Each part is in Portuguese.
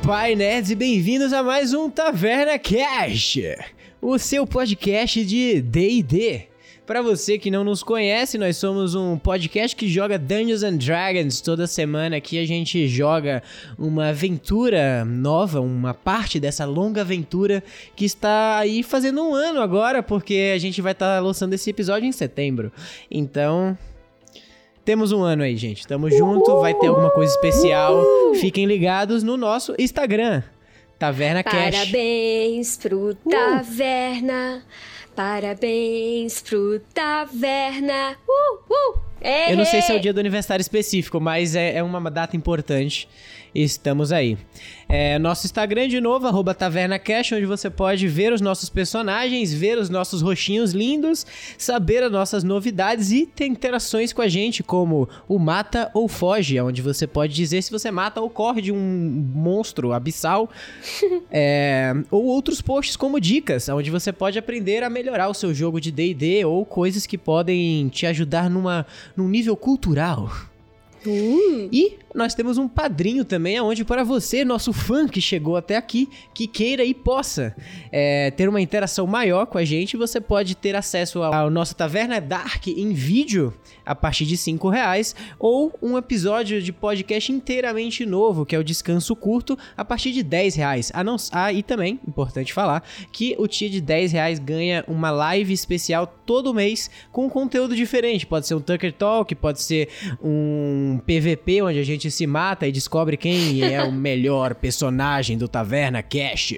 Pai Nerds, e bem-vindos a mais um Taverna Cast, o seu podcast de D&D. Para você que não nos conhece, nós somos um podcast que joga Dungeons and Dragons. Toda semana aqui a gente joga uma aventura nova, uma parte dessa longa aventura que está aí fazendo um ano agora, porque a gente vai estar lançando esse episódio em setembro. Então, temos um ano aí, gente. Tamo junto, vai ter alguma coisa especial. Fiquem ligados no nosso Instagram, Taverna Cash. Parabéns pro Taverna. Parabéns pro Taverna. Eu não sei se é o dia do aniversário específico, mas é uma data importante. Estamos aí. Nosso Instagram, de novo, @TavernaCash, onde você pode ver os nossos personagens, ver os nossos rostinhos lindos, saber as nossas novidades e ter interações com a gente, como o Mata ou Foge, onde você pode dizer se você mata ou corre de um monstro abissal, ou outros posts como dicas, onde você pode aprender a melhorar o seu jogo de D&D ou coisas que podem te ajudar num nível cultural. E nós temos um padrinho também, onde para você, nosso fã que chegou até aqui, que queira e possa ter uma interação maior com a gente, você pode ter acesso ao nosso Taverna Dark em vídeo a partir de R$5, ou um episódio de podcast inteiramente novo, que é o Descanso Curto, a partir de R$10. E também, importante falar, que o tia de R$10 ganha uma live especial todo mês com conteúdo diferente. Pode ser um Tucker Talk, pode ser um PVP, onde a gente se mata e descobre quem é o melhor personagem do Taverna Cast.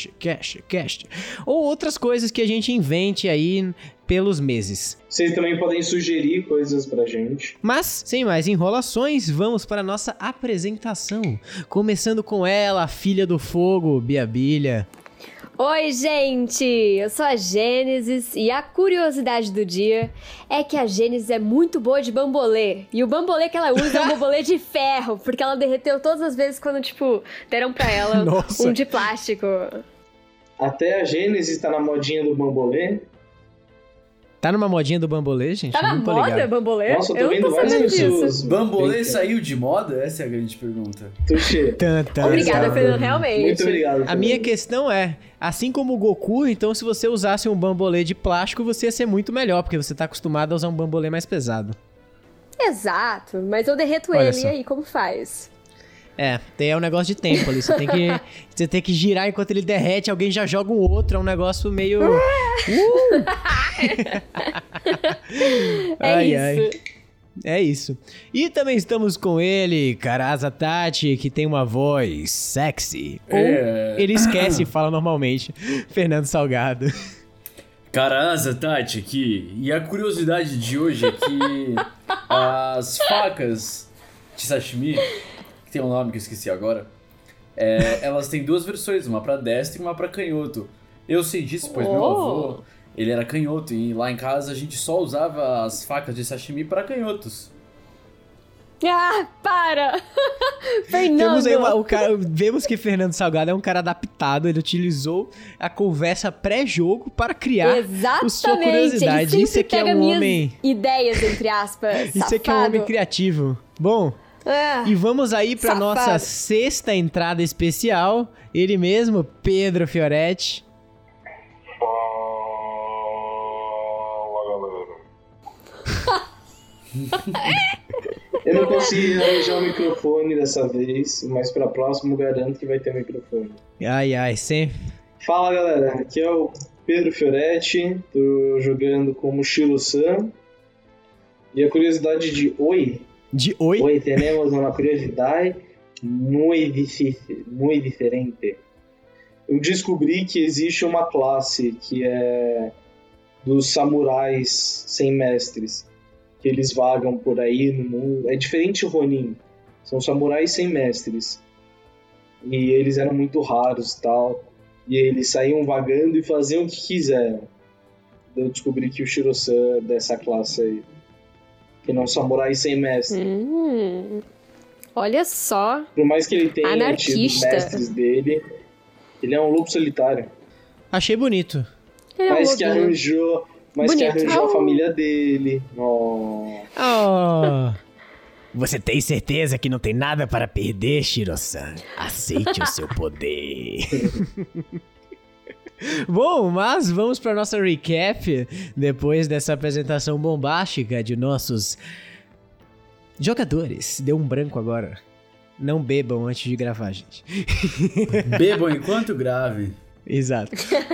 Ou outras coisas que a gente invente aí pelos meses. Vocês também podem sugerir coisas pra gente. Mas, sem mais enrolações, vamos para a nossa apresentação. Começando com ela, a filha do fogo, Biabilha. Oi, gente! Eu sou a Gênesis e a curiosidade do dia é que a Gênesis é muito boa de bambolê. E o bambolê que ela usa é um bambolê de ferro, porque ela derreteu todas as vezes quando, deram pra ela um de plástico. Até a Gênesis tá na modinha do bambolê. Tá numa modinha do bambolê, gente? Tá na moda bambolê? Nossa, eu tô vendo várias pessoas. Bambolê saiu de moda? Essa é a grande pergunta. Tuxê. Obrigada, Fernando, realmente. Muito obrigado. A minha questão é, assim como o Goku, então se você usasse um bambolê de plástico, você ia ser muito melhor, porque você tá acostumado a usar um bambolê mais pesado. Exato, mas eu derreto Olha ele, só. e aí, como faz? Tem um negócio de tempo ali, você tem que girar enquanto ele derrete, alguém já joga um outro, é um negócio meio... É isso. E também estamos com ele, Caraza Tati, que tem uma voz sexy. Ou ele esquece e fala normalmente. Fernando Salgado. Caraza Tati aqui. E a curiosidade de hoje é que as facas de sashimi, que tem um nome que eu esqueci agora, elas têm duas versões, uma pra destro e uma pra canhoto. Eu sei disso, pois meu avô, ele era canhoto, e lá em casa a gente só usava as facas de sashimi para canhotos. Ah, para! Fernando! Temos aí vemos que Fernando Salgado é um cara adaptado, ele utilizou a conversa pré-jogo para criar a sua curiosidade. Isso aqui é um homem... ideias, entre aspas, Isso aqui é um homem criativo. Bom... E vamos aí para nossa sexta entrada especial, ele mesmo, Pedro Fioretti. Fala, galera. Eu não consegui arranjar o microfone dessa vez, mas pra próximo garanto que vai ter microfone. Ai, sempre. Fala, galera, aqui é o Pedro Fioretti, tô jogando como Shiro-san. E a curiosidade de hoje... Hoy tenemos una curiosidad muy diferente. Eu descobri que existe uma classe que é dos samurais sem mestres, que eles vagam por aí no mundo. É diferente do Ronin, são samurais sem mestres. E eles eram muito raros e tal. E eles saíam vagando e faziam o que quiseram. Eu descobri que o Shiro-san é dessa classe aí. Que não é um samurai sem mestre. Olha só. Por mais que ele tenha anarquista. tido mestres dele, ele é um lobo solitário. Achei bonito. Ele é Mas que arranjou Bonito. a família dele. Você tem certeza que não tem nada para perder, Shiro-san? Aceite o seu poder. Bom, mas vamos para nossa recap depois dessa apresentação bombástica de nossos jogadores. Deu um branco agora. Não bebam antes de gravar, gente. Bebam enquanto grave. Exato.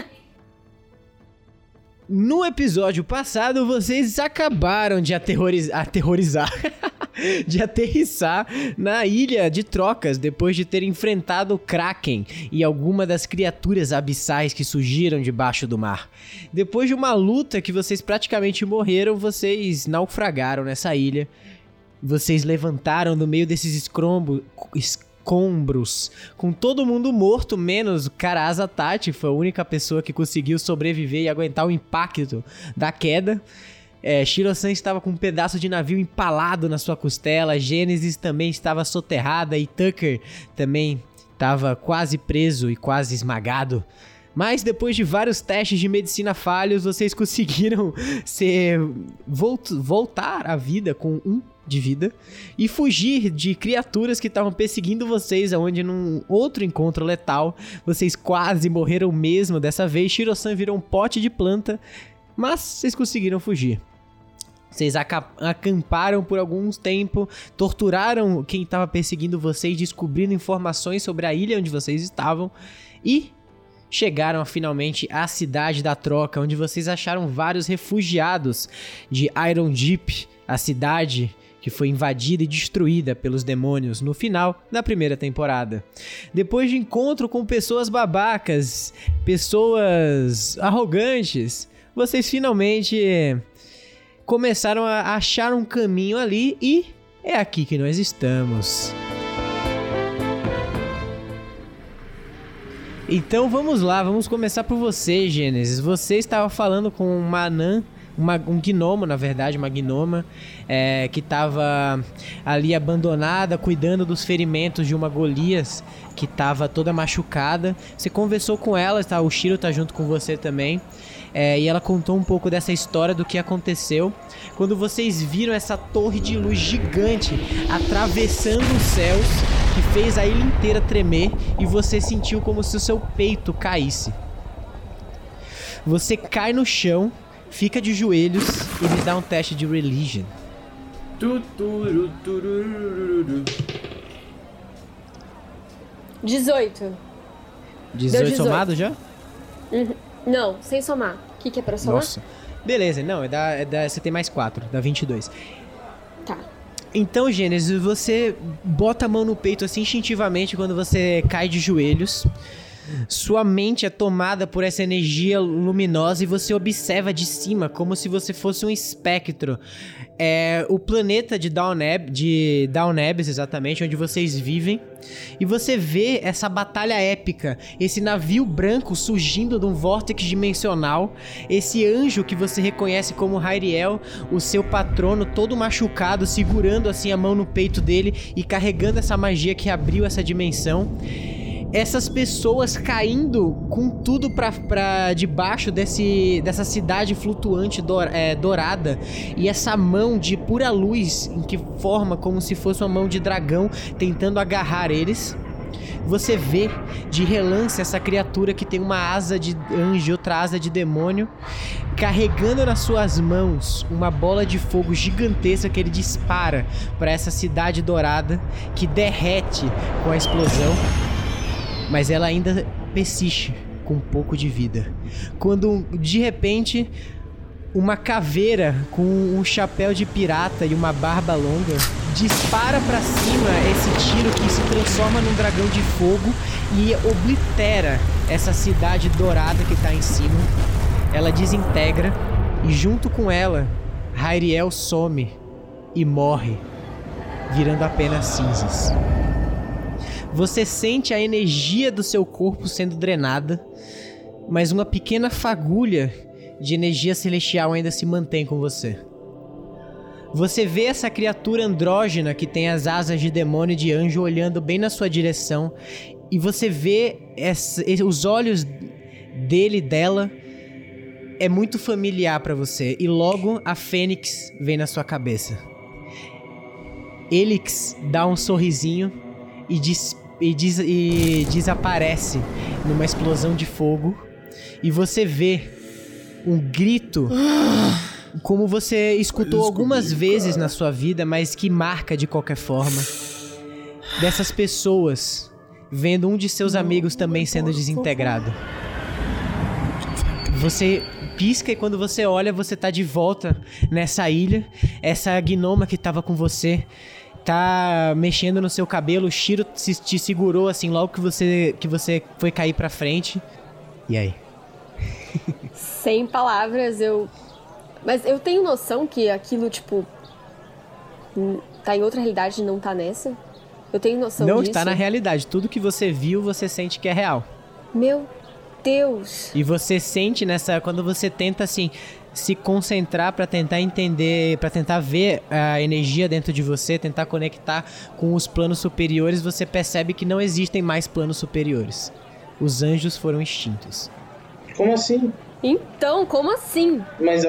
No episódio passado, vocês acabaram de aterrorizar, de aterrissar na ilha de Trocas, depois de ter enfrentado o Kraken e alguma das criaturas abissais que surgiram debaixo do mar. Depois de uma luta que vocês praticamente morreram, vocês naufragaram nessa ilha. Vocês levantaram no meio desses escombros, com todo mundo morto, menos o Karaza Tachi, foi a única pessoa que conseguiu sobreviver e aguentar o impacto da queda. Shiro-san estava com um pedaço de navio empalado na sua costela, Gênesis também estava soterrada e Tucker também estava quase preso e quase esmagado. Mas depois de vários testes de medicina falhos, vocês conseguiram voltar à vida com 1 de vida e fugir de criaturas que estavam perseguindo vocês, onde num outro encontro letal, vocês quase morreram mesmo dessa vez. Shiro-san virou um pote de planta, mas vocês conseguiram fugir. Vocês acamparam por algum tempo, torturaram quem estava perseguindo vocês, descobrindo informações sobre a ilha onde vocês estavam e chegaram finalmente à cidade da Troca, onde vocês acharam vários refugiados de Iron Deep, a cidade que foi invadida e destruída pelos demônios no final da primeira temporada. Depois de encontro com pessoas babacas, pessoas arrogantes, vocês finalmente começaram a achar um caminho ali e é aqui que nós estamos. Então vamos lá, vamos começar por você, Gênesis. Você estava falando com uma anã, um gnomo, na verdade, uma gnoma, que estava ali abandonada, cuidando dos ferimentos de uma Golias, que estava toda machucada. Você conversou com ela, tá? O Shiro tá junto com você também, e ela contou um pouco dessa história do que aconteceu. Quando vocês viram essa torre de luz gigante atravessando os céus, que fez a ilha inteira tremer, e você sentiu como se o seu peito caísse. Você cai no chão, fica de joelhos e me dá um teste de religion. 18. 18 somado já? Uhum. Não, sem somar. O que é pra somar? Nossa. Beleza, não, você tem mais 4, dá 22. Tá. Então, Gênesis, você bota a mão no peito assim instintivamente quando você cai de joelhos. Sua mente é tomada por essa energia luminosa e você observa de cima como se você fosse um espectro. O planeta de Dawnebs, exatamente, onde vocês vivem. E você vê essa batalha épica, esse navio branco surgindo de um vórtice dimensional, esse anjo que você reconhece como Hyriel, o seu patrono todo machucado, segurando assim a mão no peito dele e carregando essa magia que abriu essa dimensão. Essas pessoas caindo com tudo pra debaixo dessa cidade flutuante dourada. E essa mão de pura luz, em que forma como se fosse uma mão de dragão, tentando agarrar eles. Você vê de relance essa criatura que tem uma asa de anjo e outra asa de demônio, carregando nas suas mãos uma bola de fogo gigantesca que ele dispara para essa cidade dourada, que derrete com a explosão. Mas ela ainda persiste com um pouco de vida. Quando, de repente, uma caveira com um chapéu de pirata e uma barba longa dispara pra cima esse tiro que se transforma num dragão de fogo e oblitera essa cidade dourada que tá em cima. Ela desintegra e junto com ela, Hyriel some e morre, virando apenas cinzas. Você sente a energia do seu corpo sendo drenada, mas uma pequena fagulha de energia celestial ainda se mantém com você. Você vê essa criatura andrógena que tem as asas de demônio e de anjo olhando bem na sua direção, e você vê os olhos dele e dela é muito familiar pra você, e logo a Fênix vem na sua cabeça. Elix dá um sorrisinho e desaparece numa explosão de fogo. E você vê um grito como você escutou algumas vezes na sua vida, mas que marca de qualquer forma. Dessas pessoas vendo um de seus amigos também sendo desintegrado. Você pisca e quando você olha, você tá de volta nessa ilha. Essa gnoma que tava com você tá mexendo no seu cabelo. O Shiro te segurou assim logo que você foi cair pra frente. E aí? Sem palavras, Mas eu tenho noção que aquilo, tipo, tá em outra realidade e não tá nessa? Eu tenho noção disso? Não está na realidade. Tudo que você viu, você sente que é real. Meu Deus! E você sente quando você tenta, assim, se concentrar pra tentar entender, pra tentar ver a energia dentro de você, tentar conectar com os planos superiores, você percebe que não existem mais planos superiores. Os anjos foram extintos. Como assim? Então, como assim? Mas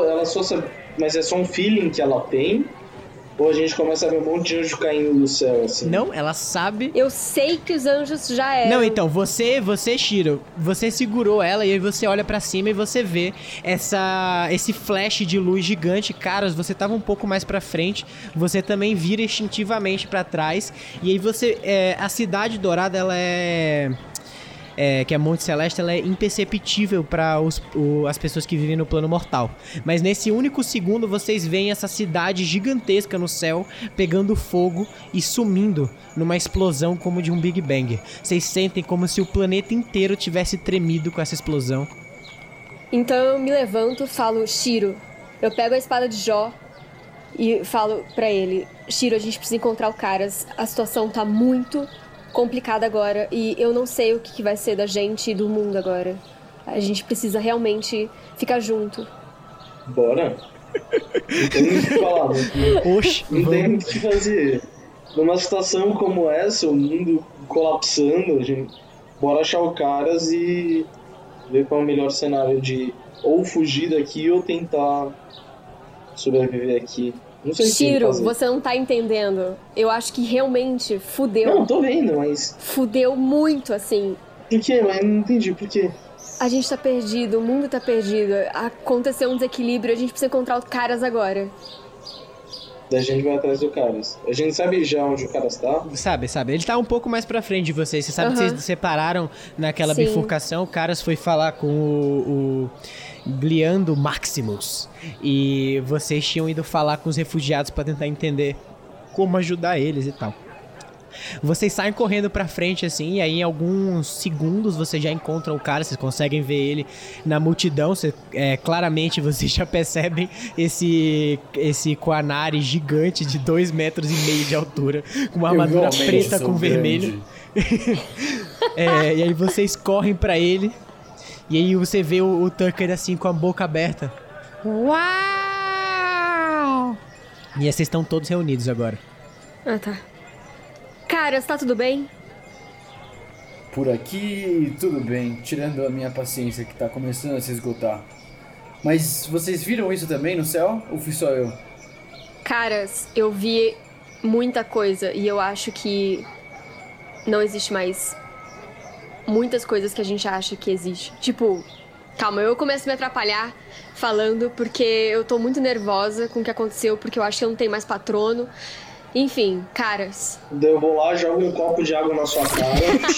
mas é só um feeling que ela tem? Ou a gente começa a ver um monte de anjo caindo do céu, assim? Não, ela sabe... Eu sei que os anjos já eram... Não, então, você, Shiro, você segurou ela e aí você olha pra cima e você vê esse flash de luz gigante. Caras, você tava um pouco mais pra frente, você também vira instintivamente pra trás. E aí você... a Cidade Dourada, ela que é Monte Celeste, ela é imperceptível para as pessoas que vivem no plano mortal. Mas nesse único segundo vocês veem essa cidade gigantesca no céu pegando fogo e sumindo numa explosão como de um Big Bang. Vocês sentem como se o planeta inteiro tivesse tremido com essa explosão. Então eu me levanto, falo, Shiro, eu pego a espada de Jó e falo pra ele, Shiro, a gente precisa encontrar o Caras, a situação tá muito complicada agora e eu não sei o que vai ser da gente e do mundo agora. A gente precisa realmente ficar junto. Bora. Não tem muito o que falar. Não tem muito o que fazer. Numa situação como essa, o mundo colapsando, bora achar o Caras e ver qual é o melhor cenário de ou fugir daqui ou tentar sobreviver aqui. Não sei Shiro, você não tá entendendo. Eu acho que realmente fudeu. Não, tô vendo, mas... Fudeu muito, assim. Por quê? Mas não entendi, por quê? A gente tá perdido, o mundo tá perdido. Aconteceu um desequilíbrio, a gente precisa encontrar o Caras agora. A gente vai atrás do Caras. A gente sabe já onde o Caras tá? Sabe. Ele tá um pouco mais pra frente de vocês. Você sabe que vocês se separaram naquela bifurcação. O Caras foi falar com o Gliando Maximus. E vocês tinham ido falar com os refugiados pra tentar entender como ajudar eles e tal. Vocês saem correndo pra frente assim, e aí em alguns segundos vocês já encontram o cara, vocês conseguem ver ele na multidão. Claramente vocês já percebem esse Quanari gigante de 2,5 metros de altura, com uma armadura preta com vermelho. E aí vocês correm pra ele, e aí você vê o Tucker assim com a boca aberta. Uau! E aí vocês estão todos reunidos agora. Ah, tá. Caras, tá tudo bem? Por aqui, tudo bem, tirando a minha paciência que tá começando a se esgotar. Mas vocês viram isso também no céu? Ou fui só eu? Caras, eu vi muita coisa e eu acho que não existe mais muitas coisas que a gente acha que existe. Tipo, calma, eu começo a me atrapalhar falando porque eu tô muito nervosa com o que aconteceu, porque eu acho que eu não tenho mais patrono. Enfim, Caras. Eu vou lá, jogo um copo de água na sua cara.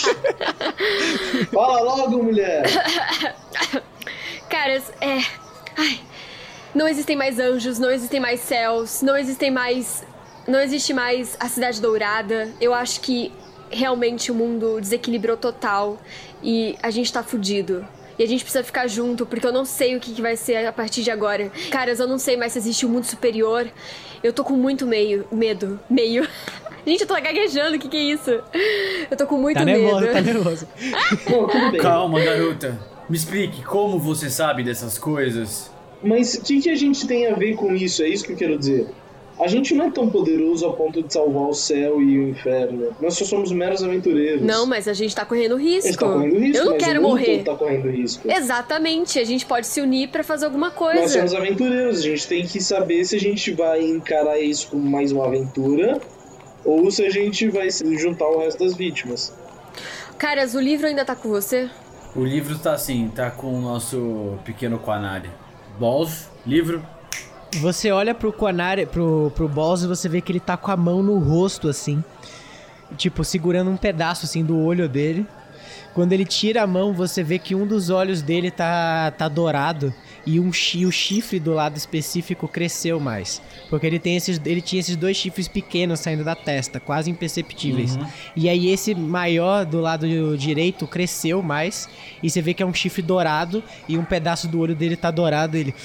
Fala logo, mulher! Caras, não existem mais anjos, não existem mais céus, não existe mais a Cidade Dourada. Eu acho que realmente o mundo desequilibrou total e a gente tá fudido. E a gente precisa ficar junto, porque eu não sei o que vai ser a partir de agora. Caras, eu não sei mais se existe um mundo superior. Eu tô com muito medo. Gente, eu tô gaguejando, o que é isso? Eu tô com muito medo. Tá nervoso. Calma, garota. Me explique, como você sabe dessas coisas? Mas o que a gente tem a ver com isso? É isso que eu quero dizer. A gente não é tão poderoso ao ponto de salvar o céu e o inferno. Nós só somos meros aventureiros. Não, mas a gente tá correndo risco. A gente tá correndo risco, eu não quero morrer. Tá correndo risco. Exatamente, a gente pode se unir pra fazer alguma coisa. Nós somos aventureiros, a gente tem que saber se a gente vai encarar isso como mais uma aventura ou se a gente vai juntar o resto das vítimas. Caras, o livro ainda tá com você? O livro tá assim, tá com o nosso pequeno Quanari. Balls, livro. Você olha pro Quanari, pro Balls, e você vê que ele tá com a mão no rosto, assim. Tipo, segurando um pedaço, assim, do olho dele. Quando ele tira a mão, você vê que um dos olhos dele tá dourado. E o chifre do lado específico cresceu mais. Porque ele tinha esses 2 chifres pequenos saindo da testa, quase imperceptíveis. Uhum. E aí esse maior do lado direito cresceu mais. E você vê que é um chifre dourado. E um pedaço do olho dele tá dourado. Ele...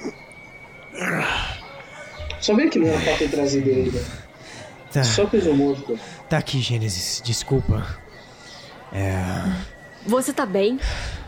Só vê que não era pra ter trazido ele. Tá. Só peso morto. Tá aqui, Gênesis. Desculpa. Você tá bem?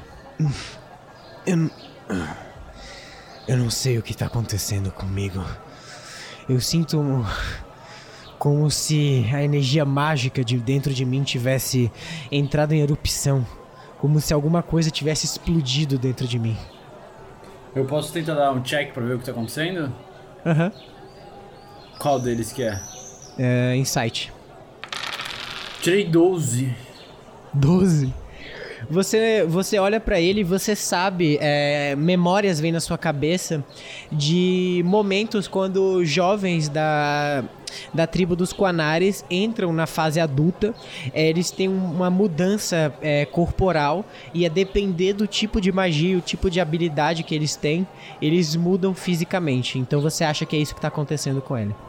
Eu não sei o que tá acontecendo comigo. Eu sinto como se a energia mágica de dentro de mim tivesse entrado em erupção. Como se alguma coisa tivesse explodido dentro de mim. Eu posso tentar dar um check pra ver o que tá acontecendo? Aham. Qual deles que é? Insight. Tirei 12. 12? Você olha pra ele e você sabe, memórias vêm na sua cabeça de momentos quando jovens da tribo dos Quanares entram na fase adulta. Eles têm uma mudança corporal e a depender do tipo de magia, o tipo de habilidade que eles têm, eles mudam fisicamente. Então você acha que é isso que tá acontecendo com ele.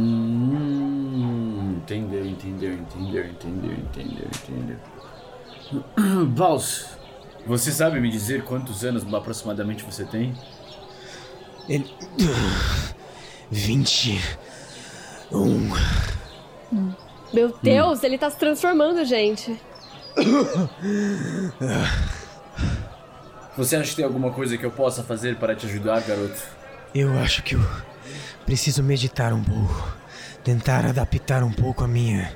Entendeu. Balls, você sabe me dizer quantos anos aproximadamente você tem? 21. Meu Deus, ele tá se transformando, gente. Você acha que tem alguma coisa que eu possa fazer para te ajudar, garoto? Eu acho que eu preciso meditar um pouco. Tentar adaptar um pouco a minha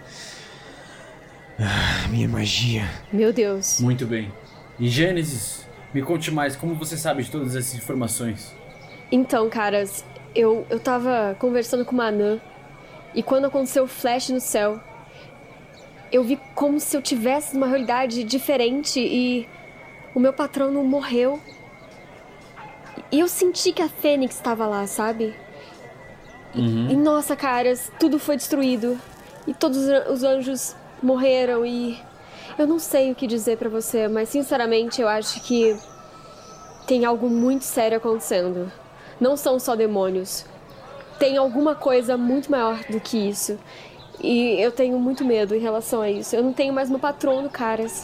magia. Meu Deus. Muito bem. E Gênesis, me conte mais, como você sabe de todas essas informações? Então, caras, eu tava conversando com uma anã. E quando aconteceu o flash no céu, eu vi como se eu tivesse uma realidade diferente e o meu patrão não morreu. E eu senti que a Fênix estava lá, sabe? E nossa, caras, tudo foi destruído. E todos os anjos morreram e... Eu não sei o que dizer pra você, mas sinceramente eu acho que tem algo muito sério acontecendo. Não são só demônios. Tem alguma coisa muito maior do que isso. E eu tenho muito medo em relação a isso. Eu não tenho mais meu patrono, caras.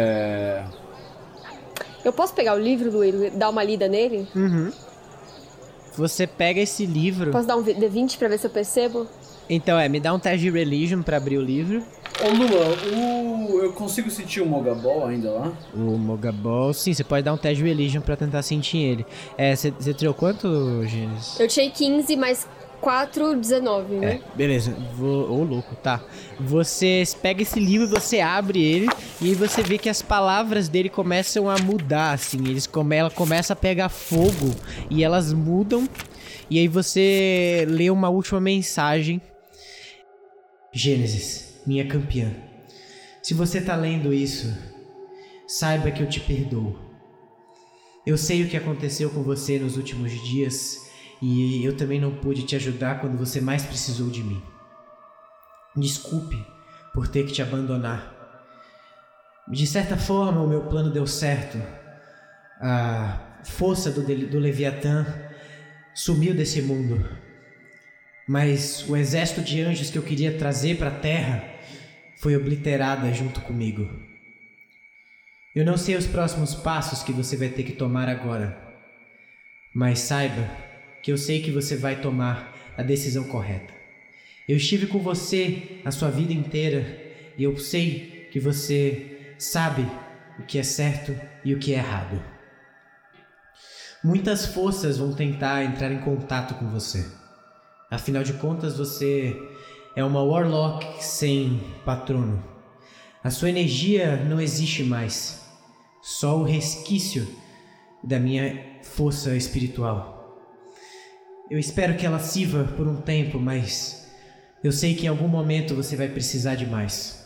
Eu posso pegar o livro, Luiz, e dar uma lida nele? Uhum. Você pega esse livro... Posso dar um D20 pra ver se eu percebo? Então, me dá um teste de Religion pra abrir o livro. Ô, Lua, eu consigo sentir o Mogabol ainda lá? O Mogabol, sim, você pode dar um teste de Religion pra tentar sentir ele. Você tirou quanto, Gênesis? Eu tirei 15 mais 4, 19, né? Beleza. Ô, louco, tá. Você pega esse livro, você abre ele e aí você vê que as palavras dele começam a mudar, assim. Ela começa a pegar fogo e elas mudam. E aí você lê uma última mensagem. Gênesis, minha campeã. Se você tá lendo isso, saiba que eu te perdoo. Eu sei o que aconteceu com você nos últimos dias e eu também não pude te ajudar quando você mais precisou de mim. Desculpe por ter que te abandonar. De certa forma, o meu plano deu certo. A força do Leviatã sumiu desse mundo. Mas o exército de anjos que eu queria trazer para a Terra foi obliterada junto comigo. Eu não sei os próximos passos que você vai ter que tomar agora, mas saiba que eu sei que você vai tomar a decisão correta. Eu estive com você a sua vida inteira e eu sei que você sabe o que é certo e o que é errado. Muitas forças vão tentar entrar em contato com você. Afinal de contas, você é uma Warlock sem patrono. A sua energia não existe mais. Só o resquício da minha força espiritual. Eu espero que ela sirva por um tempo, mas Eu sei que em algum momento você vai precisar de mais.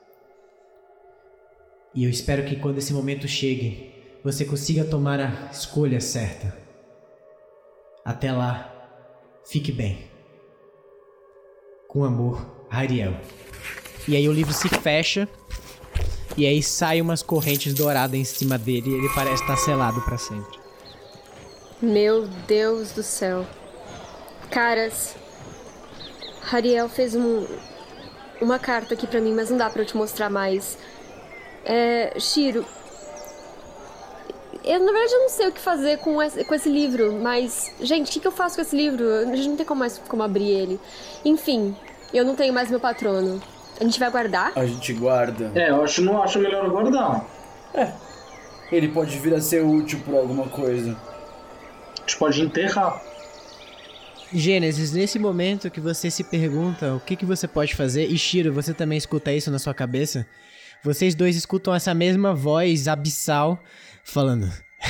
E eu espero que quando esse momento chegue, você consiga tomar a escolha certa. Até lá, fique bem. Com amor, Ariel. E aí o livro se fecha. E aí saem umas correntes douradas em cima dele. E ele parece estar selado pra sempre. Meu Deus do céu. Caras, Ariel fez uma carta aqui pra mim, mas não dá pra eu te mostrar mais. Shiro, eu na verdade eu não sei o que fazer com esse livro, mas, gente, o que eu faço com esse livro? A gente não tem como abrir ele. Enfim, eu não tenho mais meu patrono. A gente vai guardar? A gente guarda. Eu não acho melhor guardar. Ele pode vir a ser útil por alguma coisa. A gente pode enterrar. Gênesis, nesse momento que você se pergunta o que você pode fazer, e Shiro, você também escuta isso na sua cabeça? Vocês dois escutam essa mesma voz abissal falando...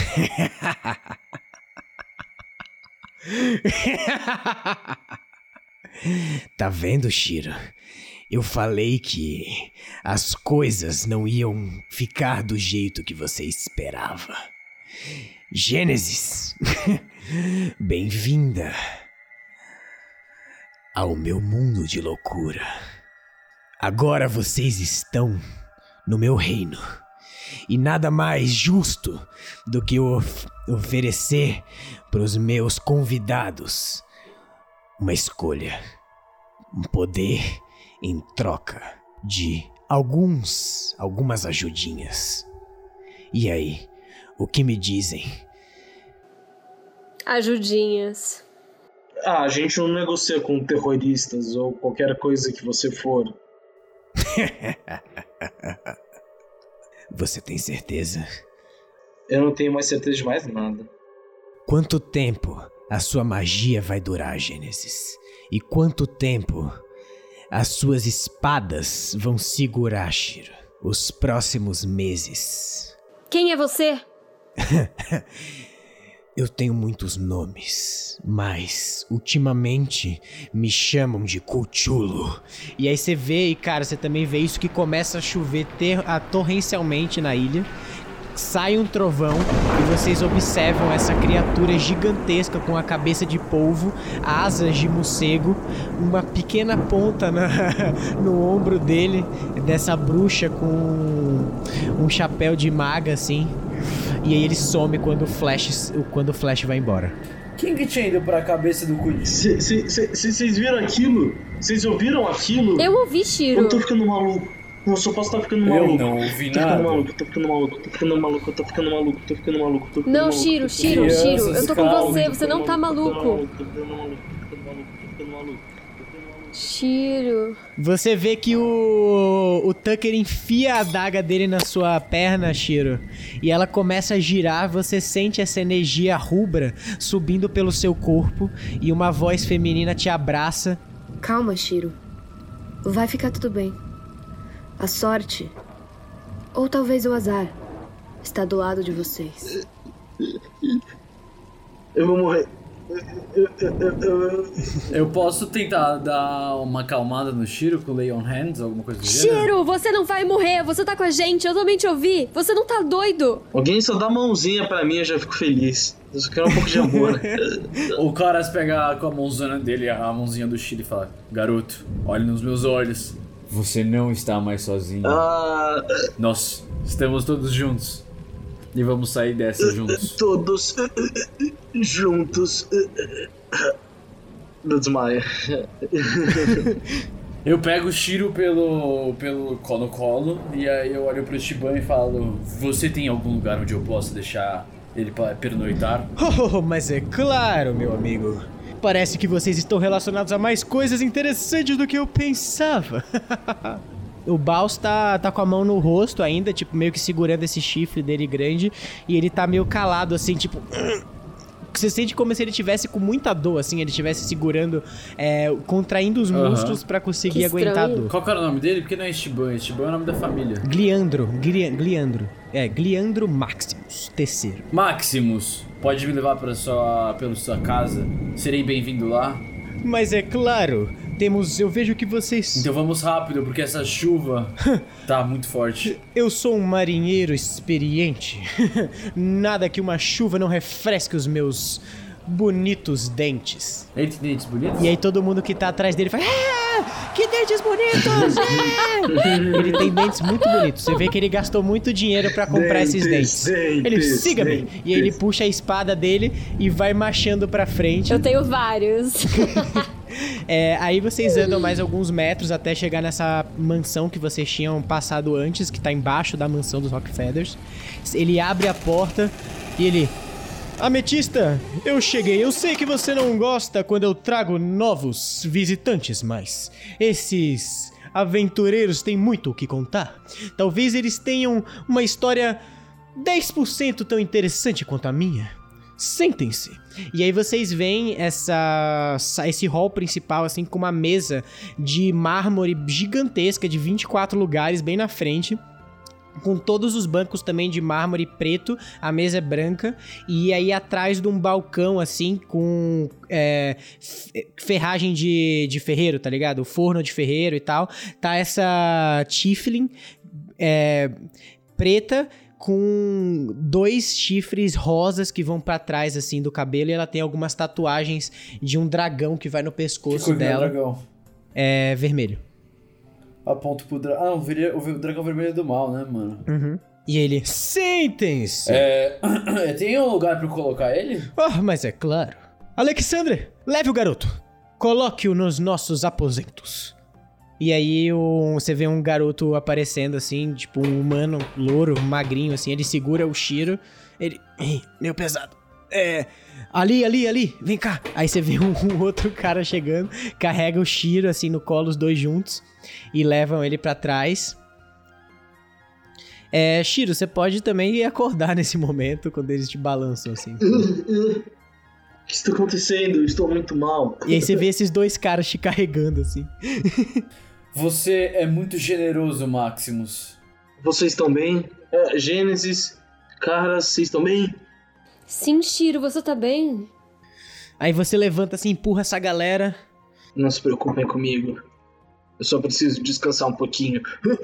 Tá vendo, Shiro? Eu falei que as coisas não iam ficar do jeito que você esperava. Gênesis, bem-vinda ao meu mundo de loucura. Agora vocês estão no meu reino. E nada mais justo do que oferecer para os meus convidados uma escolha. Um poder em troca de algumas ajudinhas. E aí, o que me dizem? Ajudinhas. A gente não negocia com terroristas ou qualquer coisa que você for. Você tem certeza? Eu não tenho mais certeza de mais nada. Quanto tempo a sua magia vai durar, Gênesis? E quanto tempo as suas espadas vão segurar, Shiro? Os próximos meses. Quem é você? Eu tenho muitos nomes, mas ultimamente me chamam de Cthulhu. E aí você vê, e cara, você também vê isso que começa a chover torrencialmente na ilha. Sai um trovão e vocês observam essa criatura gigantesca com a cabeça de polvo, asas de morcego, uma pequena ponta no ombro dele, dessa bruxa com um chapéu de maga assim. E aí ele some quando o Flash vai embora. Quem que tinha ido pra cabeça do Cthulhu? Vocês viram aquilo? Vocês ouviram aquilo? Eu ouvi, Shiro. Eu tô ficando maluco. Eu só posso estar ficando maluco. Eu não ouvi nada. Tô ficando maluco. Não, Shiro, eu tô com você não tá maluco. Shiro. Você vê que o Tucker enfia a adaga dele na sua perna, Shiro, e ela começa a girar. Você sente essa energia rubra subindo pelo seu corpo e uma voz feminina te abraça. Calma, Shiro. Vai ficar tudo bem. A sorte, ou talvez o azar, está do lado de vocês. Eu vou morrer. Eu posso tentar dar uma acalmada no Shiro com Lay on Hands, alguma coisa do gênero? Shiro, você não vai morrer, você tá com a gente, eu também te ouvi. Você não tá doido. Alguém só dá a mãozinha pra mim, eu já fico feliz. Eu só quero um pouco de amor. O Caras pega com a mãozona dele, a mãozinha do Shiro e fala: garoto, olhe nos meus olhos. Você não está mais sozinho. Nós estamos todos juntos. E vamos sair dessa juntos. Todos juntos. Não desmaia. Eu pego o Shiro pelo colo e aí eu olho pro Shiban e falo: você tem algum lugar onde eu possa deixar ele para pernoitar? Oh, mas é claro, meu amigo. Parece que vocês estão relacionados a mais coisas interessantes do que eu pensava. O Baus tá com a mão no rosto ainda, tipo, meio que segurando esse chifre dele grande. E ele tá meio calado, assim, tipo... Você sente como se ele tivesse com muita dor, assim. Ele estivesse segurando, contraindo os músculos pra conseguir aguentar a dor. Qual que era o nome dele? Porque não é Estiban. Estiban é o nome da família. Gliandro. Gliandro Maximus, terceiro. Maximus, pode me levar pela sua casa? Serei bem-vindo lá? Mas é claro, eu vejo que vocês... Então vamos rápido, porque essa chuva tá muito forte. Eu sou um marinheiro experiente. Nada que uma chuva não refresque os meus bonitos dentes. Ele tem dentes bonitos? E aí todo mundo que tá atrás dele fala... que dentes bonitos! Ele tem dentes muito bonitos. Você vê que ele gastou muito dinheiro pra comprar esses dentes. Ele, siga-me! E aí ele puxa a espada dele e vai marchando pra frente. Eu tenho vários. Aí vocês andam mais alguns metros até chegar nessa mansão que vocês tinham passado antes, que tá embaixo da mansão dos Rockefeathers. Ele abre a porta e ele... Ametista, eu cheguei. Eu sei que você não gosta quando eu trago novos visitantes, mas esses aventureiros têm muito o que contar. Talvez eles tenham uma história 10% tão interessante quanto a minha. Sentem-se. E aí vocês veem esse hall principal, assim, com uma mesa de mármore gigantesca de 24 lugares bem na frente. Com todos os bancos também de mármore preto, a mesa é branca. E aí atrás de um balcão, assim, com ferragem de ferreiro, tá ligado? O forno de ferreiro e tal. Tá essa Tiflin preta com 2 chifres rosas que vão pra trás, assim, do cabelo. E ela tem algumas tatuagens de um dragão que vai no pescoço dela. Que dragão? É vermelho. Aponto pro dragão. Ah, o dragão vermelho é do mal, né, mano? Uhum. E ele... Sentem-se! Tem um lugar pra eu colocar ele? Oh, mas é claro. Alexandre, leve o garoto. Coloque-o nos nossos aposentos. E aí você vê um garoto aparecendo assim, tipo um humano louro, magrinho assim. Ele segura o Shiro. Ele... meio pesado. Ali, vem cá. Aí você vê um outro cara chegando, carrega o Shiro assim no colo, os dois juntos, e levam ele pra trás. Shiro, você pode também acordar nesse momento, quando eles te balançam assim. O que está acontecendo? Eu estou muito mal. E aí você vê esses 2 caras te carregando assim. Você é muito generoso, Maximus. Vocês estão bem? Gênesis, caras, vocês estão bem? Sim, Shiro, você tá bem? Aí você levanta assim, empurra essa galera. Não se preocupem comigo. Eu só preciso descansar um pouquinho.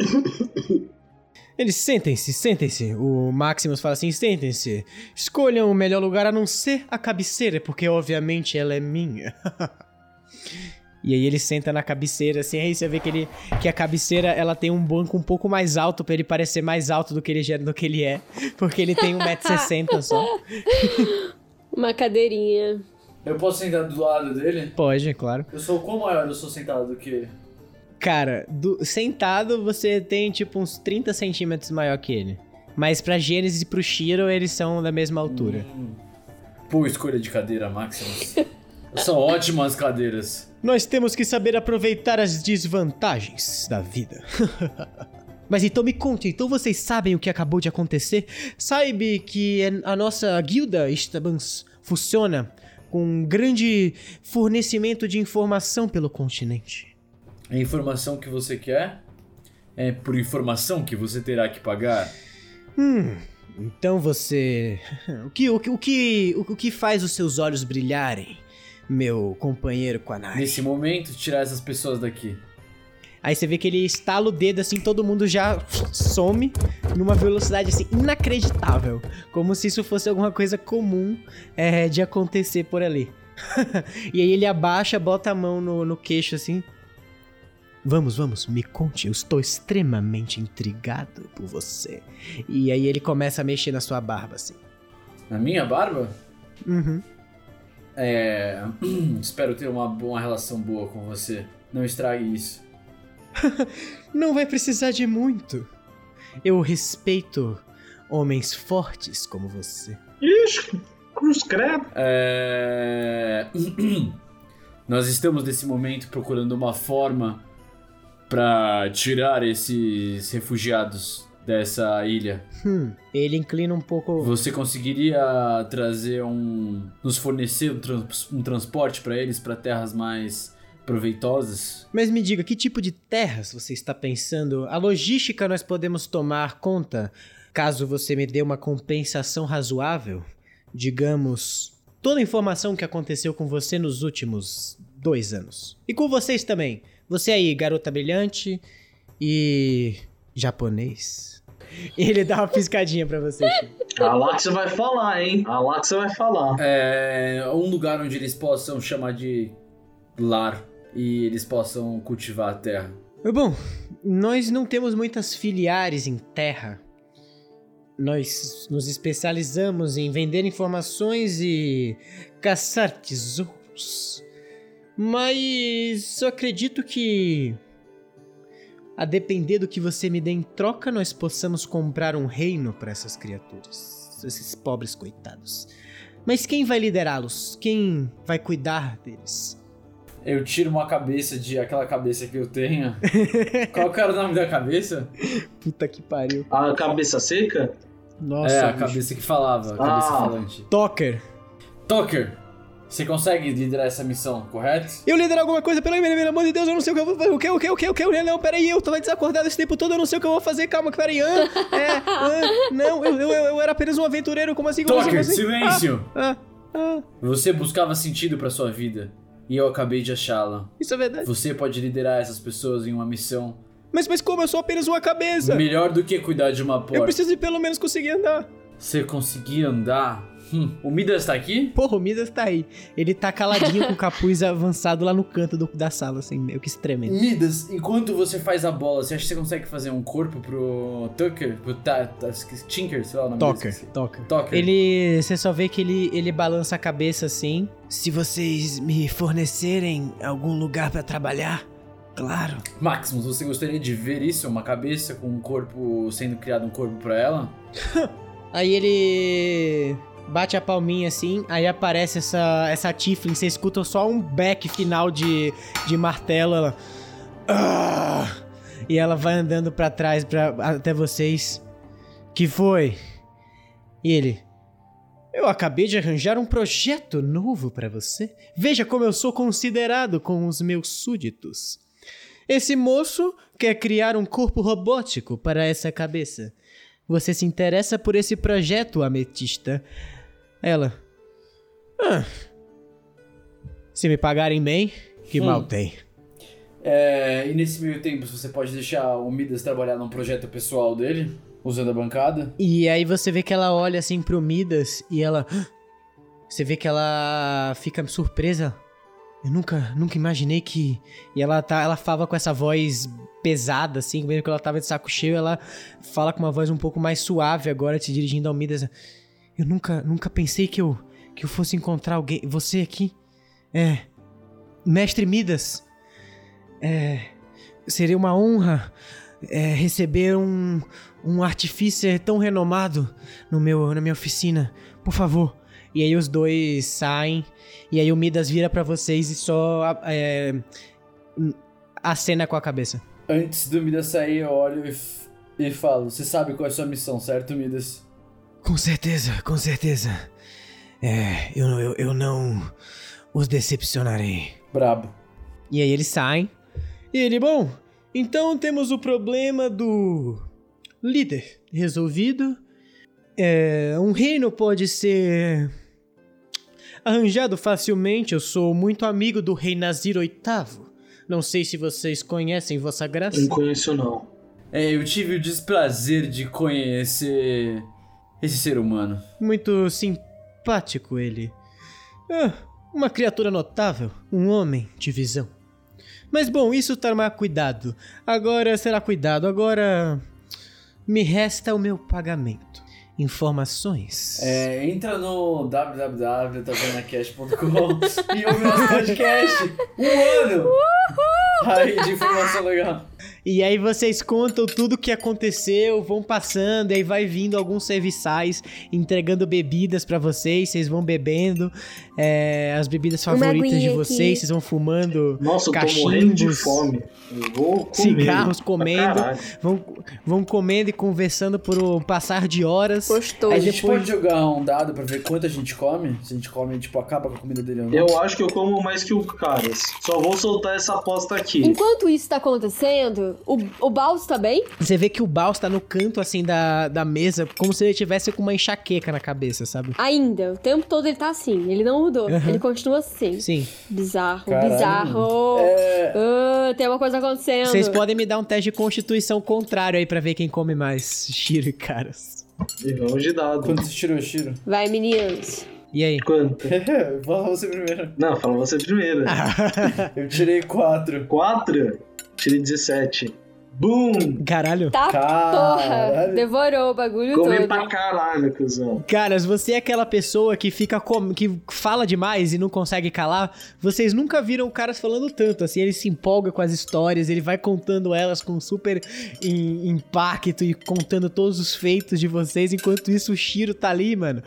Eles sentem-se. O Maximus fala assim, sentem-se. Escolham o melhor lugar a não ser a cabeceira, porque obviamente ela é minha. E aí ele senta na cabeceira, assim, aí você vê que a cabeceira, ela tem um banco um pouco mais alto pra ele parecer mais alto do que ele é, porque ele tem 1,60 m só. Uma cadeirinha. Eu posso sentar do lado dele? Pode, claro. Eu sou quão maior eu sou sentado do que ele? Cara, sentado você tem tipo uns 30 centímetros maior que ele. Mas pra Gênesis e pro Shiro, eles são da mesma altura. Pô, escolha de cadeira, Maximus. São ótimas cadeiras. Nós temos que saber aproveitar as desvantagens da vida. Mas então me conte, então vocês sabem o que acabou de acontecer? Saiba que a nossa guilda Istabans funciona com um grande fornecimento de informação pelo continente. A informação que você quer é por informação que você terá que pagar. Então você... O que faz os seus olhos brilharem, meu companheiro Quanai? Nesse momento, tirar essas pessoas daqui. Aí você vê que ele estala o dedo assim, todo mundo já some numa velocidade assim inacreditável. Como se isso fosse alguma coisa comum de acontecer por ali. E aí ele abaixa, bota a mão no queixo assim. Vamos, me conte, eu estou extremamente intrigado por você. E aí ele começa a mexer na sua barba assim. Na minha barba? Uhum. Espero ter uma relação boa com você. Não estrague isso. Não vai precisar de muito. Eu respeito homens fortes como você. Ixi, cruz credo. Nós estamos nesse momento procurando uma forma pra tirar esses refugiados dessa ilha. Ele inclina um pouco. Você conseguiria nos fornecer um transporte pra eles, pra terras mais proveitosas? Mas me diga, que tipo de terras você está pensando? A logística nós podemos tomar conta, caso você me dê uma compensação razoável. Digamos, toda a informação que aconteceu com você nos últimos 2 anos. E com vocês também. Você aí, garota brilhante e... japonês. Ele dá uma piscadinha pra você. Lá que você vai falar, hein? Lá que você vai falar. Um lugar onde eles possam chamar de lar e eles possam cultivar a terra. Bom, nós não temos muitas filiares em terra. Nós nos especializamos em vender informações e caçar tesouros. Mas eu acredito que, a depender do que você me dê em troca, nós possamos comprar um reino para essas criaturas. Esses pobres coitados. Mas quem vai liderá-los? Quem vai cuidar deles? Eu tiro uma cabeça aquela cabeça que eu tenho. Qual que era o nome da cabeça? Puta que pariu. A cabeça seca? Nossa, a cabeça que falava, a cabeça falante. Toker, você consegue liderar essa missão, correto? eu liderar alguma coisa? Pelo amor de Deus, eu não sei o que eu vou fazer. O que? Não, peraí, eu tava desacordado esse tempo todo, eu não sei o que eu vou fazer. Calma, peraí. Não, eu era apenas um aventureiro, como assim? Toker, silêncio! Você buscava sentido pra sua vida. E eu acabei de achá-la. Isso é verdade. Você pode liderar essas pessoas em uma missão. Mas como? Eu sou apenas uma cabeça. Melhor do que cuidar de uma porta. Eu preciso de pelo menos conseguir andar. Você conseguir andar? O Midas tá aqui? Porra, o Midas tá aí. Ele tá caladinho com o capuz avançado lá no canto da sala, assim, meio que tremendo. Midas, enquanto você faz a bola, você acha que você consegue fazer um corpo pro Tucker? Pro Tinker, sei lá o nome Toker. Você só vê que ele balança a cabeça assim. Se vocês me fornecerem algum lugar pra trabalhar, claro. Maximus, você gostaria de ver isso? Uma cabeça com um corpo, sendo criado um corpo pra ela? Aí ele... bate a palminha assim, aí aparece essa Tiflin, você escuta só um back final de martelo, ela... E ela vai andando pra trás até vocês. Que foi? E ele... eu acabei de arranjar um projeto novo pra você. Veja como eu sou considerado com os meus súditos. Esse moço quer criar um corpo robótico para essa cabeça. Você se interessa por esse projeto, Ametista? Ela... se me pagarem bem, que mal tem. E nesse meio tempo, você pode deixar o Midas trabalhar num projeto pessoal dele, usando a bancada? E aí você vê que ela olha assim pro Midas e ela... você vê que ela fica surpresa. Eu nunca imaginei que... E ela fala com essa voz pesada, assim, mesmo que ela tava de saco cheio, ela fala com uma voz um pouco mais suave agora, te dirigindo ao Midas. Eu nunca pensei que eu fosse encontrar alguém... você aqui? Mestre Midas. Seria uma honra receber um artificer tão renomado na minha oficina. Por favor. E aí os dois saem. E aí o Midas vira pra vocês e só acena com a cabeça. Antes do Midas sair, eu olho e falo... você sabe qual é a sua missão, certo, Midas? Com certeza. Eu não os decepcionarei. Brabo. E aí eles saem. E ele, bom, então temos o problema do líder resolvido. Um reino pode ser arranjado facilmente. Eu sou muito amigo do rei Nazir VIII. Não sei se vocês conhecem, Vossa Graça. Não conheço, não. Eu tive o desprazer de conhecer esse ser humano. Muito simpático ele. Uma criatura notável. Um homem de visão. Mas bom, isso tomar cuidado. Agora será cuidado. Agora me resta o meu pagamento. Informações. Entra no www.tavernacast.com e ouve nosso podcast. Um ano! Aí, de informação legal. E aí vocês contam tudo o que aconteceu, vão passando, e aí vai vindo alguns serviçais entregando bebidas pra vocês vão bebendo as bebidas favoritas de vocês, vocês vão fumando. Nossa, cachimbos, eu tô morrendo de fome. Eu vou comer. Cigarros, comendo, vão comendo e conversando por um passar de horas. Gostoso. A gente pode jogar um dado pra ver quanto a gente come? Se a gente come, tipo, acaba com a comida dele ou não? Eu acho que eu como mais que o Caras. Só vou soltar essa aposta aqui. Enquanto isso tá acontecendo, O Baus tá bem? Você vê que o Baus tá no canto, assim, da mesa, como se ele tivesse com uma enxaqueca na cabeça, sabe? Ainda. O tempo todo ele tá assim. Ele não mudou. Ele continua assim. Sim. Bizarro, Caralho. bizarro. Tem uma coisa acontecendo. Vocês podem me dar um teste de constituição contrário aí pra ver quem come mais Shiro e Caras. E vamos de dado. Quanto você tirou, Shiro? Vai, meninos. E aí? Quanto? Fala você primeiro. Não, fala você primeiro. Eu tirei 4. 4? Tirei 17. Boom! Caralho. Tá, Caralho. porra. Devorou o bagulho Come todo. pra caralho, cuzão. Caras, você é aquela pessoa que fica que fala demais e não consegue calar. Vocês nunca viram o Caras falando tanto, assim, ele se empolga com as histórias, ele vai contando elas com super impacto e contando todos os feitos de vocês, enquanto isso o Shiro tá ali, mano,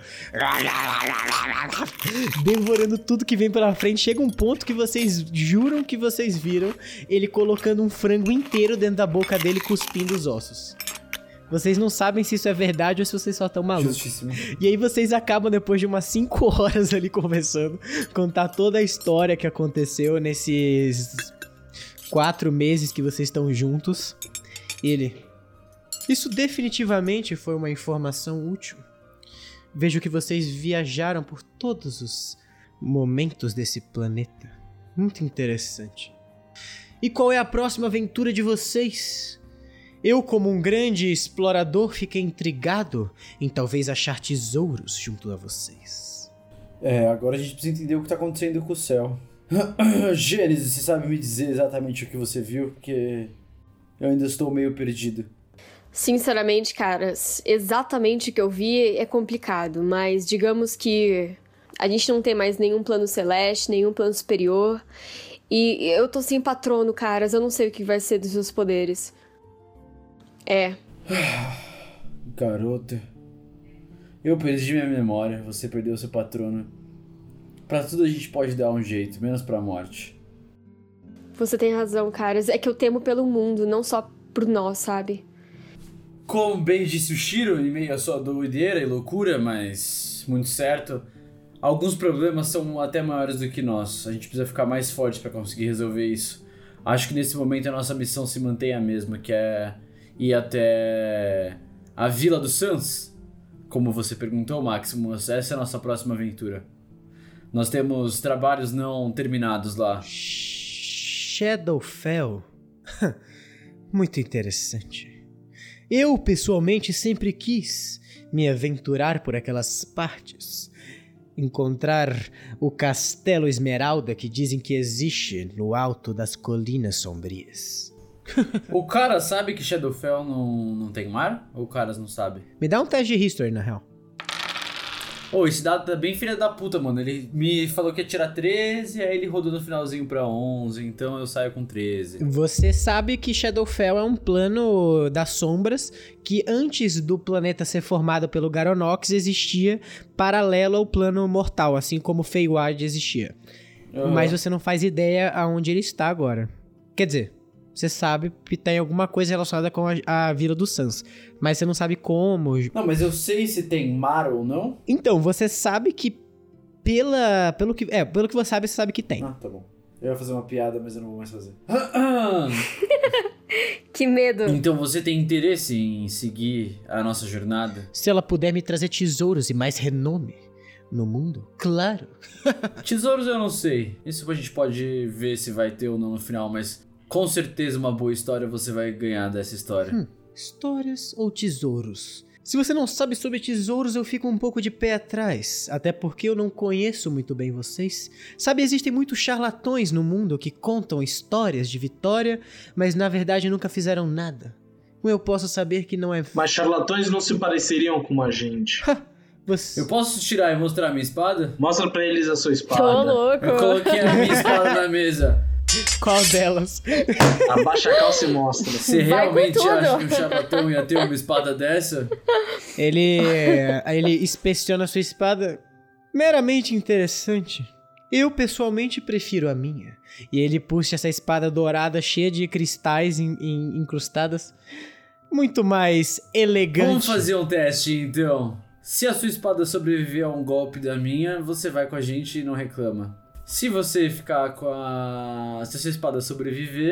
devorando tudo que vem pela frente. Chega um ponto que vocês juram que vocês viram ele colocando um frango inteiro dentro da boca dele, cuspindo os ossos. Vocês não sabem se isso é verdade ou se vocês só estão malucos. Justíssimo. E aí vocês acabam, depois de umas 5 horas ali conversando, contar toda a história que aconteceu nesses 4 meses que vocês estão juntos. E ele... Isso definitivamente foi uma informação útil. Vejo que vocês viajaram por todos os momentos desse planeta. Muito interessante. E qual é a próxima aventura de vocês? Eu, como um grande explorador, fiquei intrigado em talvez achar tesouros junto a vocês. Agora a gente precisa entender o que tá acontecendo com o céu. Gênesis, você sabe me dizer exatamente o que você viu? Porque eu ainda estou meio perdido. Sinceramente, caras, exatamente o que eu vi é complicado, mas digamos que a gente não tem mais nenhum plano celeste, nenhum plano superior, e eu tô sem patrono, caras, eu não sei o que vai ser dos seus poderes. Garota, eu perdi minha memória, você perdeu seu patrono. Pra tudo a gente pode dar um jeito, menos pra morte. Você tem razão, caras, é que eu temo pelo mundo, não só por nós, sabe? Como bem disse o Shiro, em meio à sua doideira e loucura, mas muito certo, alguns problemas são até maiores do que nós. A gente precisa ficar mais forte pra conseguir resolver isso. Acho que nesse momento a nossa missão se mantém a mesma, que é ir até a Vila dos Suns. Como você perguntou, Maximus, essa é a nossa próxima aventura. Nós temos trabalhos não terminados lá. Shadowfell? Muito interessante. Eu, pessoalmente, sempre quis me aventurar por aquelas partes. Encontrar o Castelo Esmeralda que dizem que existe no alto das Colinas Sombrias. O cara sabe que Shadowfell não tem mar? Ou o cara não sabe? Me dá um teste de History, na real. Esse dado tá bem filha da puta, mano. Ele me falou que ia tirar 13, aí ele rodou no finalzinho pra 11, então eu saio com 13. Você sabe que Shadowfell é um plano das sombras que antes do planeta ser formado pelo Garonox existia paralelo ao plano mortal, assim como Feywild existia. Mas você não faz ideia aonde ele está agora. Quer dizer, você sabe que tem alguma coisa relacionada com a Vila dos Suns, mas você não sabe como. Não, mas eu sei se tem mar ou não. Então, você sabe que pelo que você sabe que tem. Ah, tá bom. Eu ia fazer uma piada, mas eu não vou mais fazer. Que medo. Então você tem interesse em seguir a nossa jornada? Se ela puder me trazer tesouros e mais renome no mundo, claro. Tesouros eu não sei. Isso a gente pode ver se vai ter ou não no final, mas com certeza uma boa história você vai ganhar dessa história. Histórias ou tesouros? Se você não sabe sobre tesouros, eu fico um pouco de pé atrás, até porque eu não conheço muito bem vocês. Sabe, existem muitos charlatões no mundo que contam histórias de vitória, mas na verdade nunca fizeram nada. Como eu posso saber que não é... Mas charlatões não se pareceriam com a gente. Você... Eu posso tirar e mostrar a minha espada? Mostra pra eles a sua Tô espada. louco. Eu coloquei a minha espada na mesa. Qual delas? Abaixa a calça e mostra. Você Vai com realmente tudo. acha que um charlatão ia ter uma espada dessa? Ele inspeciona a sua espada. Meramente interessante. Eu, pessoalmente, prefiro a minha. E ele puxa essa espada dourada cheia de cristais incrustadas. Muito mais elegante. Vamos fazer um teste, então. Se a sua espada sobreviver a um golpe da minha, você vai com a gente e não reclama. Se você ficar com a... Se a sua espada sobreviver,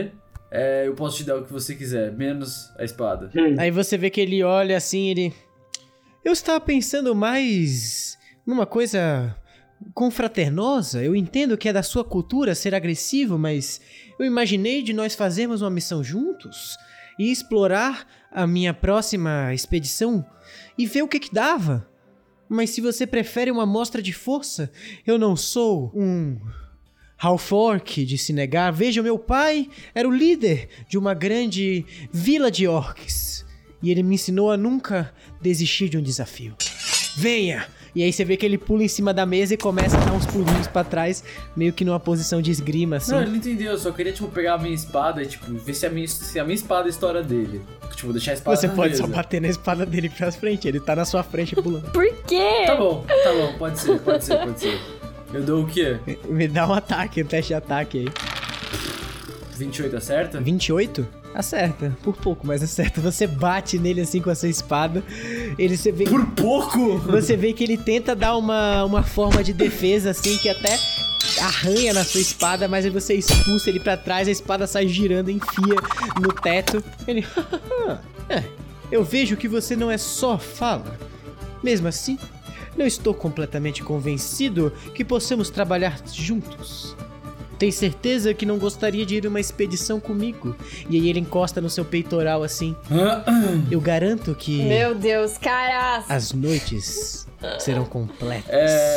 eu posso te dar o que você quiser, menos a espada. Aí você vê que ele olha assim, ele... Eu estava pensando mais numa coisa confraternosa. Eu entendo que é da sua cultura ser agressivo, mas eu imaginei de nós fazermos uma missão juntos e explorar a minha próxima expedição e ver o que dava. Mas se você prefere uma amostra de força, eu não sou um half-orc de se negar. Veja, meu pai era o líder de uma grande vila de orcs. E ele me ensinou a nunca desistir de um desafio. Venha! E aí você vê que ele pula em cima da mesa e começa a dar uns pulinhos pra trás, meio que numa posição de esgrima, assim. Não, ele não entendeu. Eu só queria, pegar a minha espada e, ver se a minha espada estoura dele. Deixar a espada Você na pode mesa. só bater na espada dele pra frente. Ele tá na sua frente pulando. Por quê? Tá bom. Pode ser. Eu dou o quê? Me dá um ataque, um teste de ataque aí. 28 acerta? 28? Acerta, por pouco, mas acerta. Você bate nele assim com a sua espada. Você vê Por pouco? Você vê que ele tenta dar uma forma de defesa assim, que até arranha na sua espada, mas aí você expulsa ele pra trás, a espada sai girando e enfia no teto. Ele... eu vejo que você não é só fala. Mesmo assim, não estou completamente convencido que possamos trabalhar juntos. Tem certeza que não gostaria de ir em uma expedição comigo? E aí ele encosta no seu peitoral assim. Eu garanto que... Meu Deus, caras! As noites serão completas.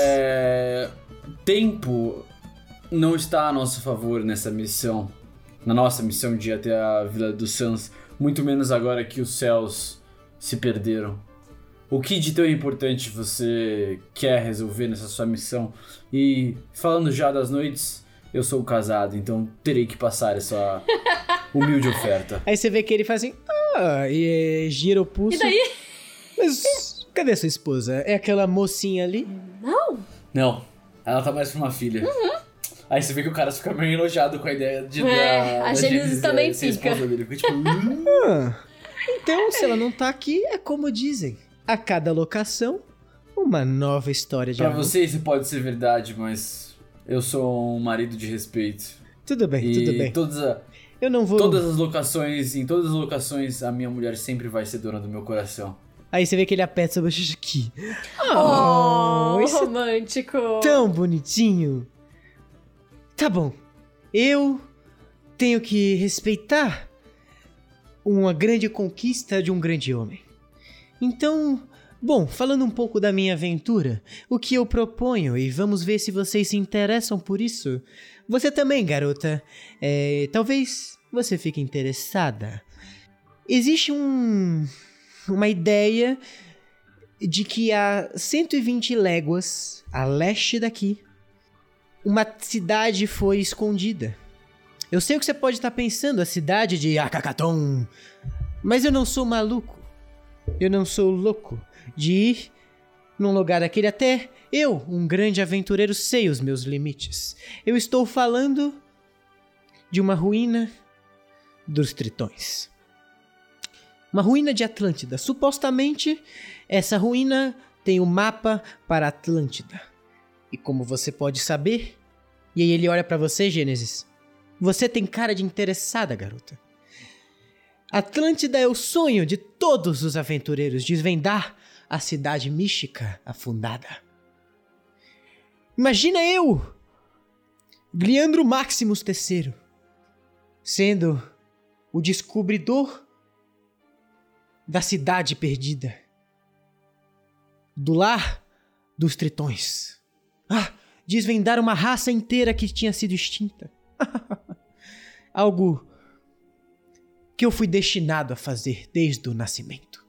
Tempo não está a nosso favor nessa missão. Na nossa missão de ir até a Vila dos Suns. Muito menos agora que os céus se perderam. O que de tão importante você quer resolver nessa sua missão? E falando já das noites... Eu sou casado, então terei que passar essa humilde oferta. Aí você vê que ele faz assim... e gira o pulso. E daí? Mas cadê sua esposa? É aquela mocinha ali? Não, ela tá mais pra uma filha. Aí você vê que o cara fica meio enojado com a ideia de a Gênesis também ser fica. esposa dele. Fica Então, se ela não tá aqui, é como dizem. A cada locação, uma nova história de Pra amor. você isso pode ser verdade, mas eu sou um marido de respeito. Tudo bem, E tudo bem. Eu não vou... em todas as locações, a minha mulher sempre vai ser dona do meu coração. Aí você vê que ele aperta sua bochecha aqui. Isso é romântico. tão bonitinho. Tá bom. Eu tenho que respeitar uma grande conquista de um grande homem. Então, bom, falando um pouco da minha aventura, o que eu proponho, e vamos ver se vocês se interessam por isso. Você também, garota. Talvez você fique interessada. Existe uma ideia de que a 120 léguas a leste daqui, uma cidade foi escondida. Eu sei o que você pode estar pensando, a cidade de Akakaton. Mas eu não sou maluco. Eu não sou louco de ir num lugar daquele. Até eu, um grande aventureiro, sei os meus limites. Eu estou falando de uma ruína dos tritões. Uma ruína de Atlântida. Supostamente, essa ruína tem um mapa para Atlântida. E como você pode saber... E aí ele olha pra você, Gênesis. Você tem cara de interessada, garota. Atlântida é o sonho de todos os aventureiros, desvendar a cidade mística afundada. Imagina eu, Gliandro Maximus III, sendo o descobridor da cidade perdida, do lar dos tritões. Desvendar uma raça inteira que tinha sido extinta. Algo que eu fui destinado a fazer desde o nascimento.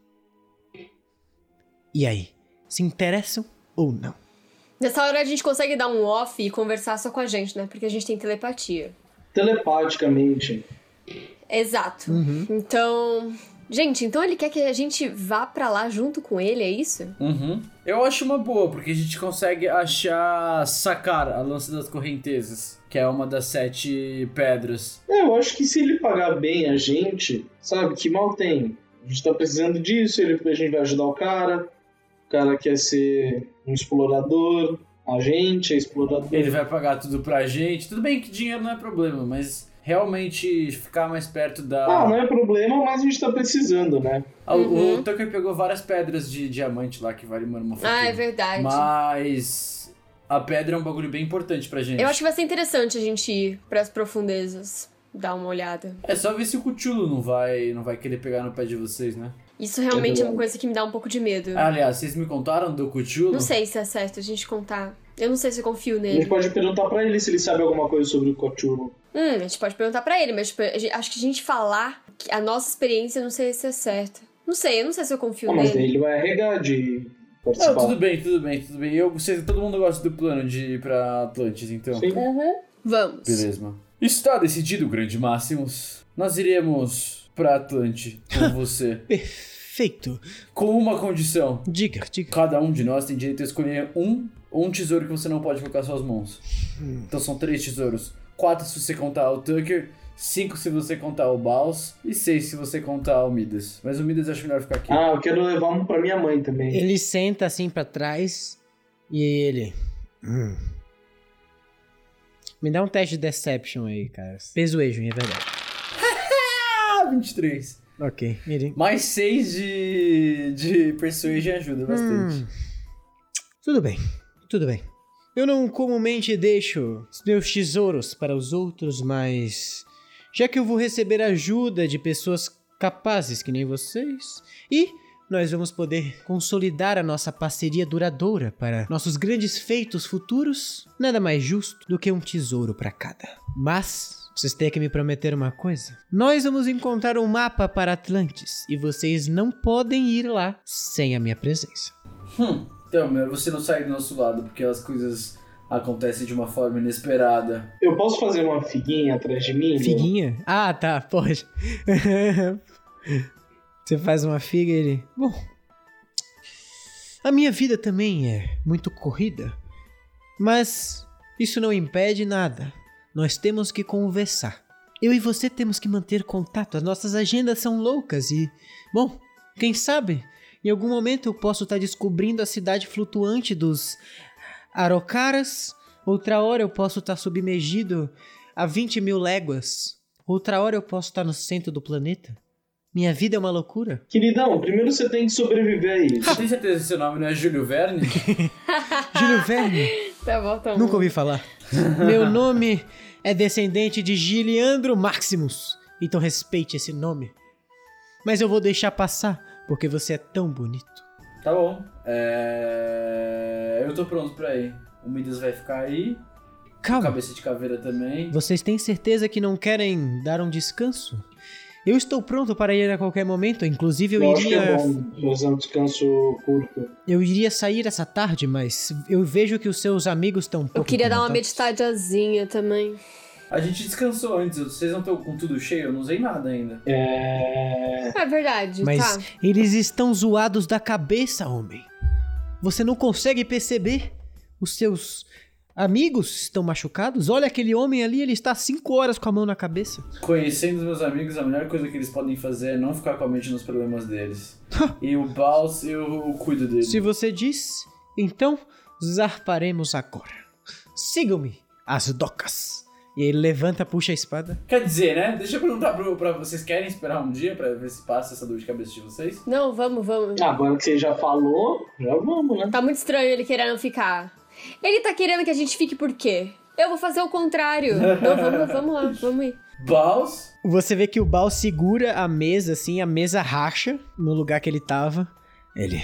E aí, se interessam ou não? Nessa hora a gente consegue dar um off e conversar só com a gente, né? Porque a gente tem telepatia. Telepaticamente. Exato. Então... Gente, então ele quer que a gente vá pra lá junto com ele, é isso? Eu acho uma boa, porque a gente consegue sacar a lança das correntezas, que é uma das 7 pedras. Eu acho que se ele pagar bem a gente, sabe, que mal tem. A gente tá precisando disso, a gente vai ajudar o cara quer ser um explorador, a gente é explorador. Ele vai pagar tudo pra gente. Tudo bem que dinheiro não é problema, mas realmente ficar mais perto da... Não é problema, mas a gente tá precisando, né? O Tucker pegou várias pedras de diamante lá que vale uma fortuna. É verdade. Mas a pedra é um bagulho bem importante pra gente. Eu acho que vai ser interessante a gente ir pras profundezas, dar uma olhada. É só ver se o Cthulhu não vai querer pegar no pé de vocês, né? Isso realmente é uma coisa que me dá um pouco de medo. Aliás, vocês me contaram do Cthulhu? Não sei se é certo a gente contar. Eu não sei se eu confio A nele. gente pode perguntar pra ele se ele sabe alguma coisa sobre o Cthulhu. A gente pode perguntar pra ele, mas tipo, acho que a gente falar a nossa experiência, eu não sei se é certa. Não sei se eu confio Mas nele. ele vai arregar de participar. Não, tudo bem. Eu sei, todo mundo gosta do plano de ir pra Atlantis, então. Sim. Vamos. Beleza, mano. Está decidido, Grande Máximos. Nós iremos pra Atlante com você. Perfeito. Com uma condição. Diga. Cada um de nós tem direito a escolher um tesouro que você não pode colocar suas mãos. Então são 3 tesouros. 4 se você contar o Tucker, 5 se você contar o Baus e 6 se você contar o Midas. Mas o Midas eu acho melhor ficar aqui. Eu quero levar um pra minha mãe também. Ele senta assim pra trás e ele... Me dá um teste de Deception aí, cara. Persuasion, é verdade. 23. Ok. Ele... Mais 6 de Persuasion ajuda bastante. Tudo bem. Eu não comumente deixo os meus tesouros para os outros, mas... Já que eu vou receber ajuda de pessoas capazes que nem vocês... E nós vamos poder consolidar a nossa parceria duradoura para nossos grandes feitos futuros, nada mais justo do que um tesouro para cada. Mas... vocês têm que me prometer uma coisa. Nós vamos encontrar um mapa para Atlantis e vocês não podem ir lá sem a minha presença. Então, melhor você não sair do nosso lado, porque as coisas acontecem de uma forma inesperada. Eu posso fazer uma figuinha atrás de mim? Figuinha? Ah, tá, pode. Você faz uma figa e ele... Bom, a minha vida também é muito corrida, mas isso não impede nada. Nós temos que conversar. Eu e você temos que manter contato. As nossas agendas são loucas e... Bom, quem sabe, em algum momento eu posso estar descobrindo a cidade flutuante dos Arocaras. Outra hora eu posso estar submergido a 20 mil léguas. Outra hora eu posso estar no centro do planeta. Minha vida é uma loucura. Queridão, primeiro você tem que sobreviver a isso. Você tem certeza que seu nome não é Júlio Verne? Júlio Verne? Tá bom. Nunca ouvi falar. Meu nome é descendente de Giliandro Maximus. Então respeite esse nome. Mas eu vou deixar passar, porque você é tão bonito. Tá bom. Eu tô pronto pra ir. O Midas vai ficar aí. Calma. Cabeça de caveira também. Vocês têm certeza que não querem dar um descanso? Eu estou pronto para ir a qualquer momento. Inclusive eu acho que iria... é bom fazer um descanso curto. Eu iria sair essa tarde, mas eu vejo que os seus amigos estão um pouco... Eu queria dar uma incomodados. meditadazinha também. A gente descansou antes. Vocês não estão com tudo cheio? Eu não usei nada ainda. É verdade, Mas tá. eles estão zoados da cabeça, homem. Você não consegue perceber? Os seus amigos estão machucados? Olha aquele homem ali, ele está 5 horas com a mão na cabeça. Conhecendo os meus amigos, a melhor coisa que eles podem fazer é não ficar com a mente nos problemas deles. E o Baus, eu cuido dele. Se você diz, então zarparemos agora. Sigam-me, as docas. E ele levanta, puxa a espada. Quer dizer, né? Deixa eu perguntar pra vocês, querem esperar um dia pra ver se passa essa dor de cabeça de vocês? Não, vamos. Agora que você já falou, já vamos, né? Tá muito estranho ele querendo ficar. Ele tá querendo que a gente fique por quê? Eu vou fazer o contrário. Não, vamos lá, vamos ir. Baus? Você vê que o Baal segura a mesa, assim, a mesa racha no lugar que ele tava. Ele...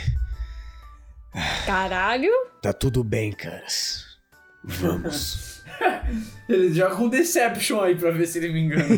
Caralho. Tá tudo bem, caras. Vamos. Ele joga um Deception aí pra ver se ele me engana.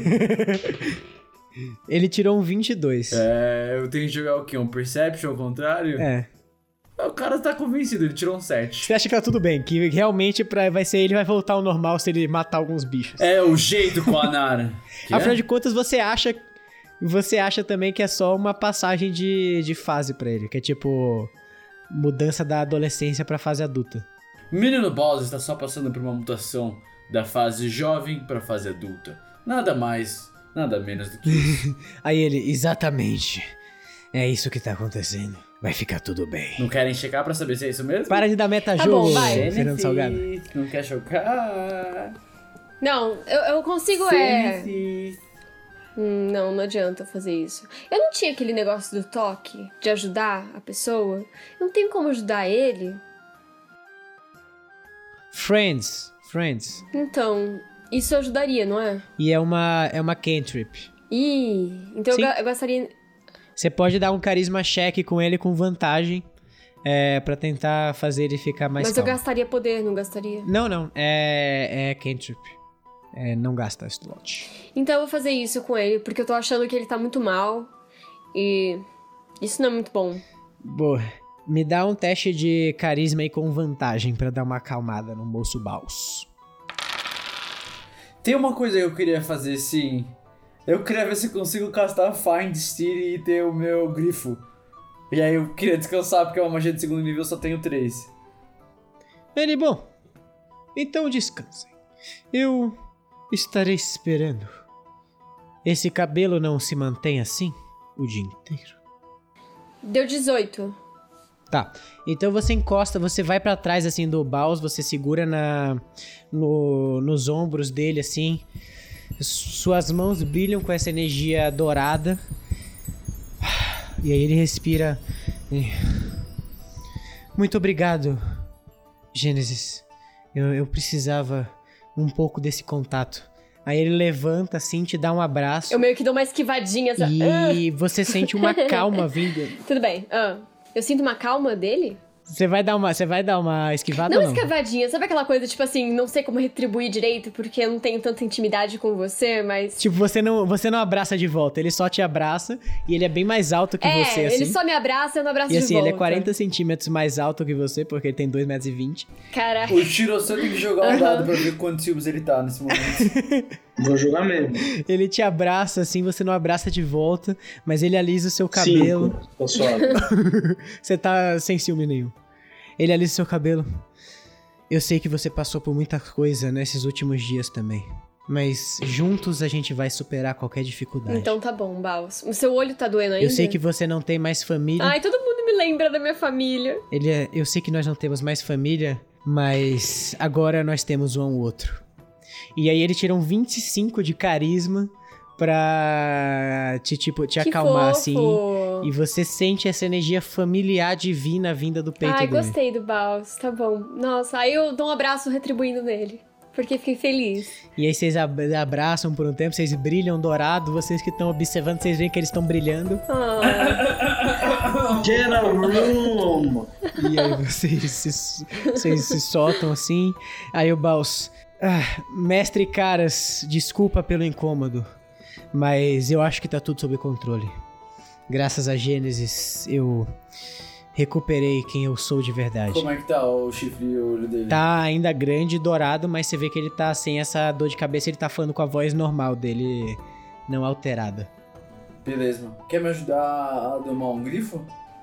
Ele tirou um 22. Eu tenho que jogar o quê? Um Perception ao contrário? O cara tá convencido, ele tirou um 7. Você acha que tá tudo bem, que realmente vai ser ele vai voltar ao normal se ele matar alguns bichos. É o jeito com a Nara. Afinal de contas, você acha também que é só uma passagem de fase pra ele, que é tipo mudança da adolescência pra fase adulta. Menino Baus está só passando por uma mutação da fase jovem pra fase adulta. Nada mais, nada menos do que isso. Aí ele, exatamente. É isso que tá acontecendo. Vai ficar tudo bem. Não querem checar pra saber se é isso mesmo? Para de dar meta-jogo, bom, vai. Fernando Salgado. Não quer chocar? Não, eu consigo, Não adianta fazer isso. Eu não tinha aquele negócio do toque, de ajudar a pessoa. Eu não tenho como ajudar ele. Friends. Então, isso ajudaria, não é? E é uma cantrip. Então eu gastaria... Você pode dar um carisma check com ele com vantagem, pra tentar fazer ele ficar mais calmo. Mas eu gastaria poder, não gastaria? Não. É cantrip. Não gasta slot. Então eu vou fazer isso com ele, porque eu tô achando que ele tá muito mal. E isso não é muito bom. Boa. Me dá um teste de carisma aí com vantagem pra dar uma acalmada no moço Baus. Tem uma coisa que eu queria fazer, sim. Eu queria ver se eu consigo castar Find Steed e ter o meu grifo. E aí eu queria descansar, porque é uma magia de segundo nível, eu só tenho 3. Ele, bom. Então descansem. Eu estarei esperando. Esse cabelo não se mantém assim o dia inteiro? Deu 18. Tá, então você encosta, você vai pra trás assim do Baus, você segura nos ombros dele assim, suas mãos brilham com essa energia dourada, e aí ele respira. Muito obrigado, Gênesis, eu precisava um pouco desse contato. Aí ele levanta assim, te dá um abraço. Eu meio que dou uma esquivadinha. E você sente uma calma vindo. Tudo bem, eu sinto uma calma dele? Você vai dar uma esquivada não, ou não? Esquivadinha. Sabe aquela coisa, tipo assim, não sei como retribuir direito porque eu não tenho tanta intimidade com você, mas... Tipo, você não abraça de volta, ele só te abraça e ele é bem mais alto que você, assim. Ele só me abraça, eu não abraço de volta. E assim, ele é 40 centímetros mais alto que você, porque ele tem 2,20 metros. Caraca. O Shiro-san tem que jogar um dado pra ver quantos cubos ele tá nesse momento. Vou jogar mesmo. Ele te abraça, assim, você não abraça de volta, mas ele alisa o seu cabelo. 5, tô suave. Você tá sem ciúme nenhum. Ele alisa o seu cabelo. Eu sei que você passou por muita coisa nesses últimos dias também. Mas juntos a gente vai superar qualquer dificuldade. Então tá bom, Baus. O seu olho tá doendo ainda? Eu sei que você não tem mais família. Ai, todo mundo me lembra da minha família. Eu sei que nós não temos mais família, mas agora nós temos um ao outro. E aí ele tira um 25 de carisma pra te acalmar, fofo. assim. E você sente essa energia familiar divina vinda do peito dele. Ai, gostei do Baus, tá bom. Nossa, aí eu dou um abraço retribuindo nele. Porque fiquei feliz. E aí vocês abraçam por um tempo, vocês brilham dourado, vocês que estão observando, vocês veem que eles estão brilhando. Get a room! E aí vocês se soltam assim. Aí o Baus... mestre Caras, desculpa pelo incômodo, mas eu acho que tá tudo sob controle. Graças a Gênesis, eu recuperei quem eu sou de verdade. Como é que tá o chifre e o olho dele? Tá ainda grande e dourado, mas você vê que ele tá sem essa dor de cabeça, ele tá falando com a voz normal dele, não alterada. Beleza. Quer me ajudar a domar um grifo?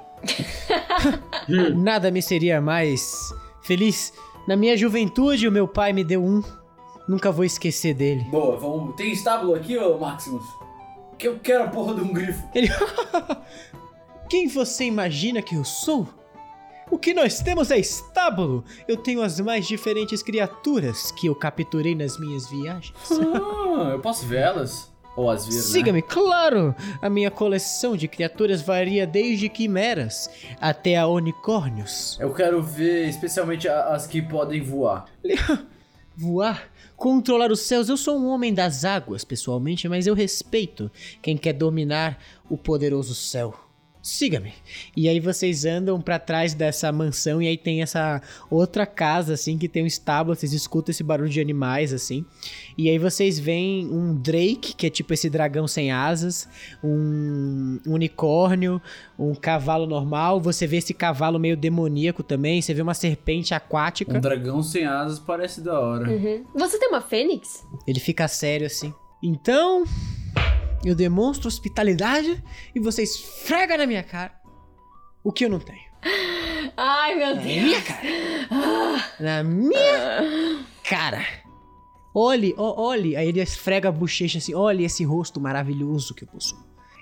Nada me seria mais feliz. Na minha juventude, o meu pai me deu um. Nunca vou esquecer dele. Boa, vamos... Tem estábulo aqui, ô Maximus? Que eu quero a porra de um grifo. Ele... Quem você imagina que eu sou? O que nós temos é estábulo. Eu tenho as mais diferentes criaturas que eu capturei nas minhas viagens. Eu posso ver elas? Ou as ver, Siga-me, claro! A minha coleção de criaturas varia desde quimeras até a unicórnios. Eu quero ver especialmente as que podem voar. Voar? Controlar os céus? Eu sou um homem das águas, pessoalmente, mas eu respeito quem quer dominar o poderoso céu. Siga-me. E aí vocês andam pra trás dessa mansão e aí tem essa outra casa, assim, que tem um estábulo, vocês escutam esse barulho de animais, assim. E aí vocês veem um Drake, que é tipo esse dragão sem asas, um unicórnio, um cavalo normal, você vê esse cavalo meio demoníaco também, você vê uma serpente aquática. Um dragão sem asas parece da hora. Uhum. Você tem uma fênix? Ele fica sério, assim. Então... eu demonstro hospitalidade e você esfrega na minha cara o que eu não tenho. Ai, meu Deus. Na minha cara. Na minha cara. Olhe. Aí ele esfrega a bochecha assim. Olhe esse rosto maravilhoso que eu possuo.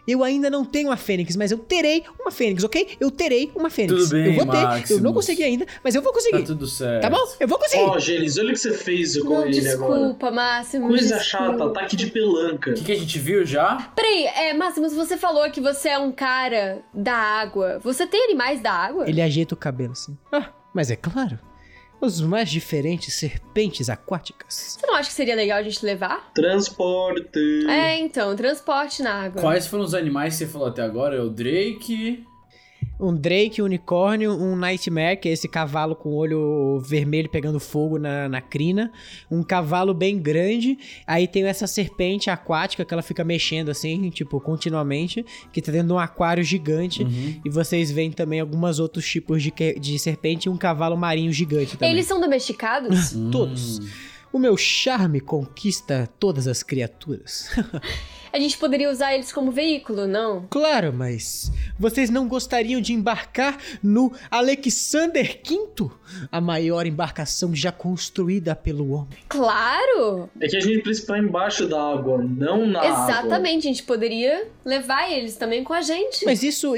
Eu ainda não tenho uma fênix, mas eu terei uma fênix, ok? Eu terei uma fênix. Tudo bem, eu vou ter. Maximus. Eu não consegui ainda, mas eu vou conseguir. Tá tudo certo. Tá bom? Eu vou conseguir. Ó, Gênesis, olha o que você fez com Não, ele agora. desculpa, Máximo. Coisa desculpa. chata, ataque de pelanca. O que a gente viu já? Peraí, Máximo, você falou que você é um cara da água. Você tem animais da água? Ele ajeita o cabelo assim. Ah, mas é claro. Os mais diferentes serpentes aquáticas. Você não acha que seria legal a gente levar? Transporte. Então, transporte na água. Quais foram os animais que você falou até agora? É o Drake... Um Drake, um unicórnio, um Nightmare, que é esse cavalo com olho vermelho pegando fogo na crina. Um cavalo bem grande. Aí tem essa serpente aquática que ela fica mexendo assim, tipo, continuamente. Que tá dentro de um aquário gigante. Uhum. E vocês veem também alguns outros tipos de serpente e um cavalo marinho gigante também. Eles são domesticados? Todos. O meu charme conquista todas as criaturas. A gente poderia usar eles como veículo, não? Claro, mas vocês não gostariam de embarcar no Alexander V? A maior embarcação já construída pelo homem. Claro! É que a gente precisa estar embaixo da água, não na água. Exatamente, a gente poderia levar eles também com a gente. Mas isso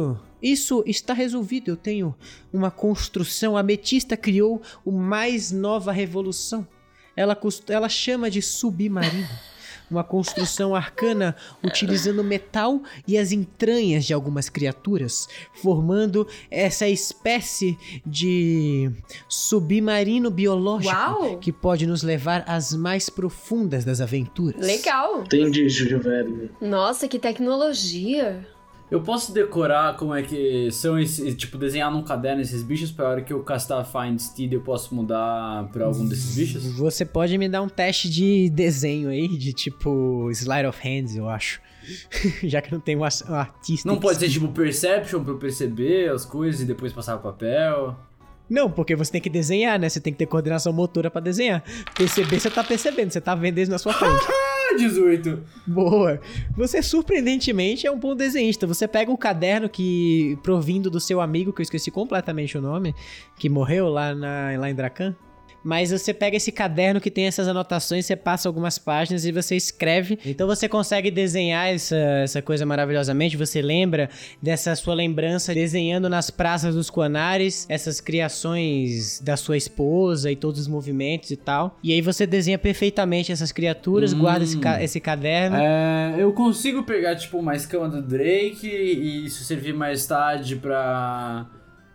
está resolvido. Eu tenho uma construção. A Ametista criou o mais nova revolução. Ela chama de submarino. Uma construção arcana utilizando metal e as entranhas de algumas criaturas, formando essa espécie de submarino biológico. Uau! Que pode nos levar às mais profundas das aventuras. Legal! Entendi, Júlio Verne. Nossa, que tecnologia! Eu posso decorar como é que são esses, tipo, desenhar num caderno esses bichos pra hora que eu castar Find Steed eu posso mudar pra algum desses bichos? Você pode me dar um teste de desenho aí, de tipo Sleight of Hands, eu acho. Já que não tem um artista. Não pode ser tipo Perception pra eu perceber as coisas e depois passar o papel? Não, porque você tem que desenhar, né? Você tem que ter coordenação motora pra desenhar. Perceber, você tá percebendo, você tá vendo isso na sua frente. 18. Boa. Você, surpreendentemente, é um bom desenhista. Você pega o caderno que provindo do seu amigo, que eu esqueci completamente o nome, que morreu lá em Dracan. Mas você pega esse caderno que tem essas anotações, você passa algumas páginas e você escreve. Então você consegue desenhar essa coisa maravilhosamente. Você lembra dessa sua lembrança desenhando nas praças dos Quanares, essas criações da sua esposa e todos os movimentos e tal. E aí você desenha perfeitamente essas criaturas, guarda esse caderno. Eu consigo pegar tipo uma escama do Drake e isso servir mais tarde pra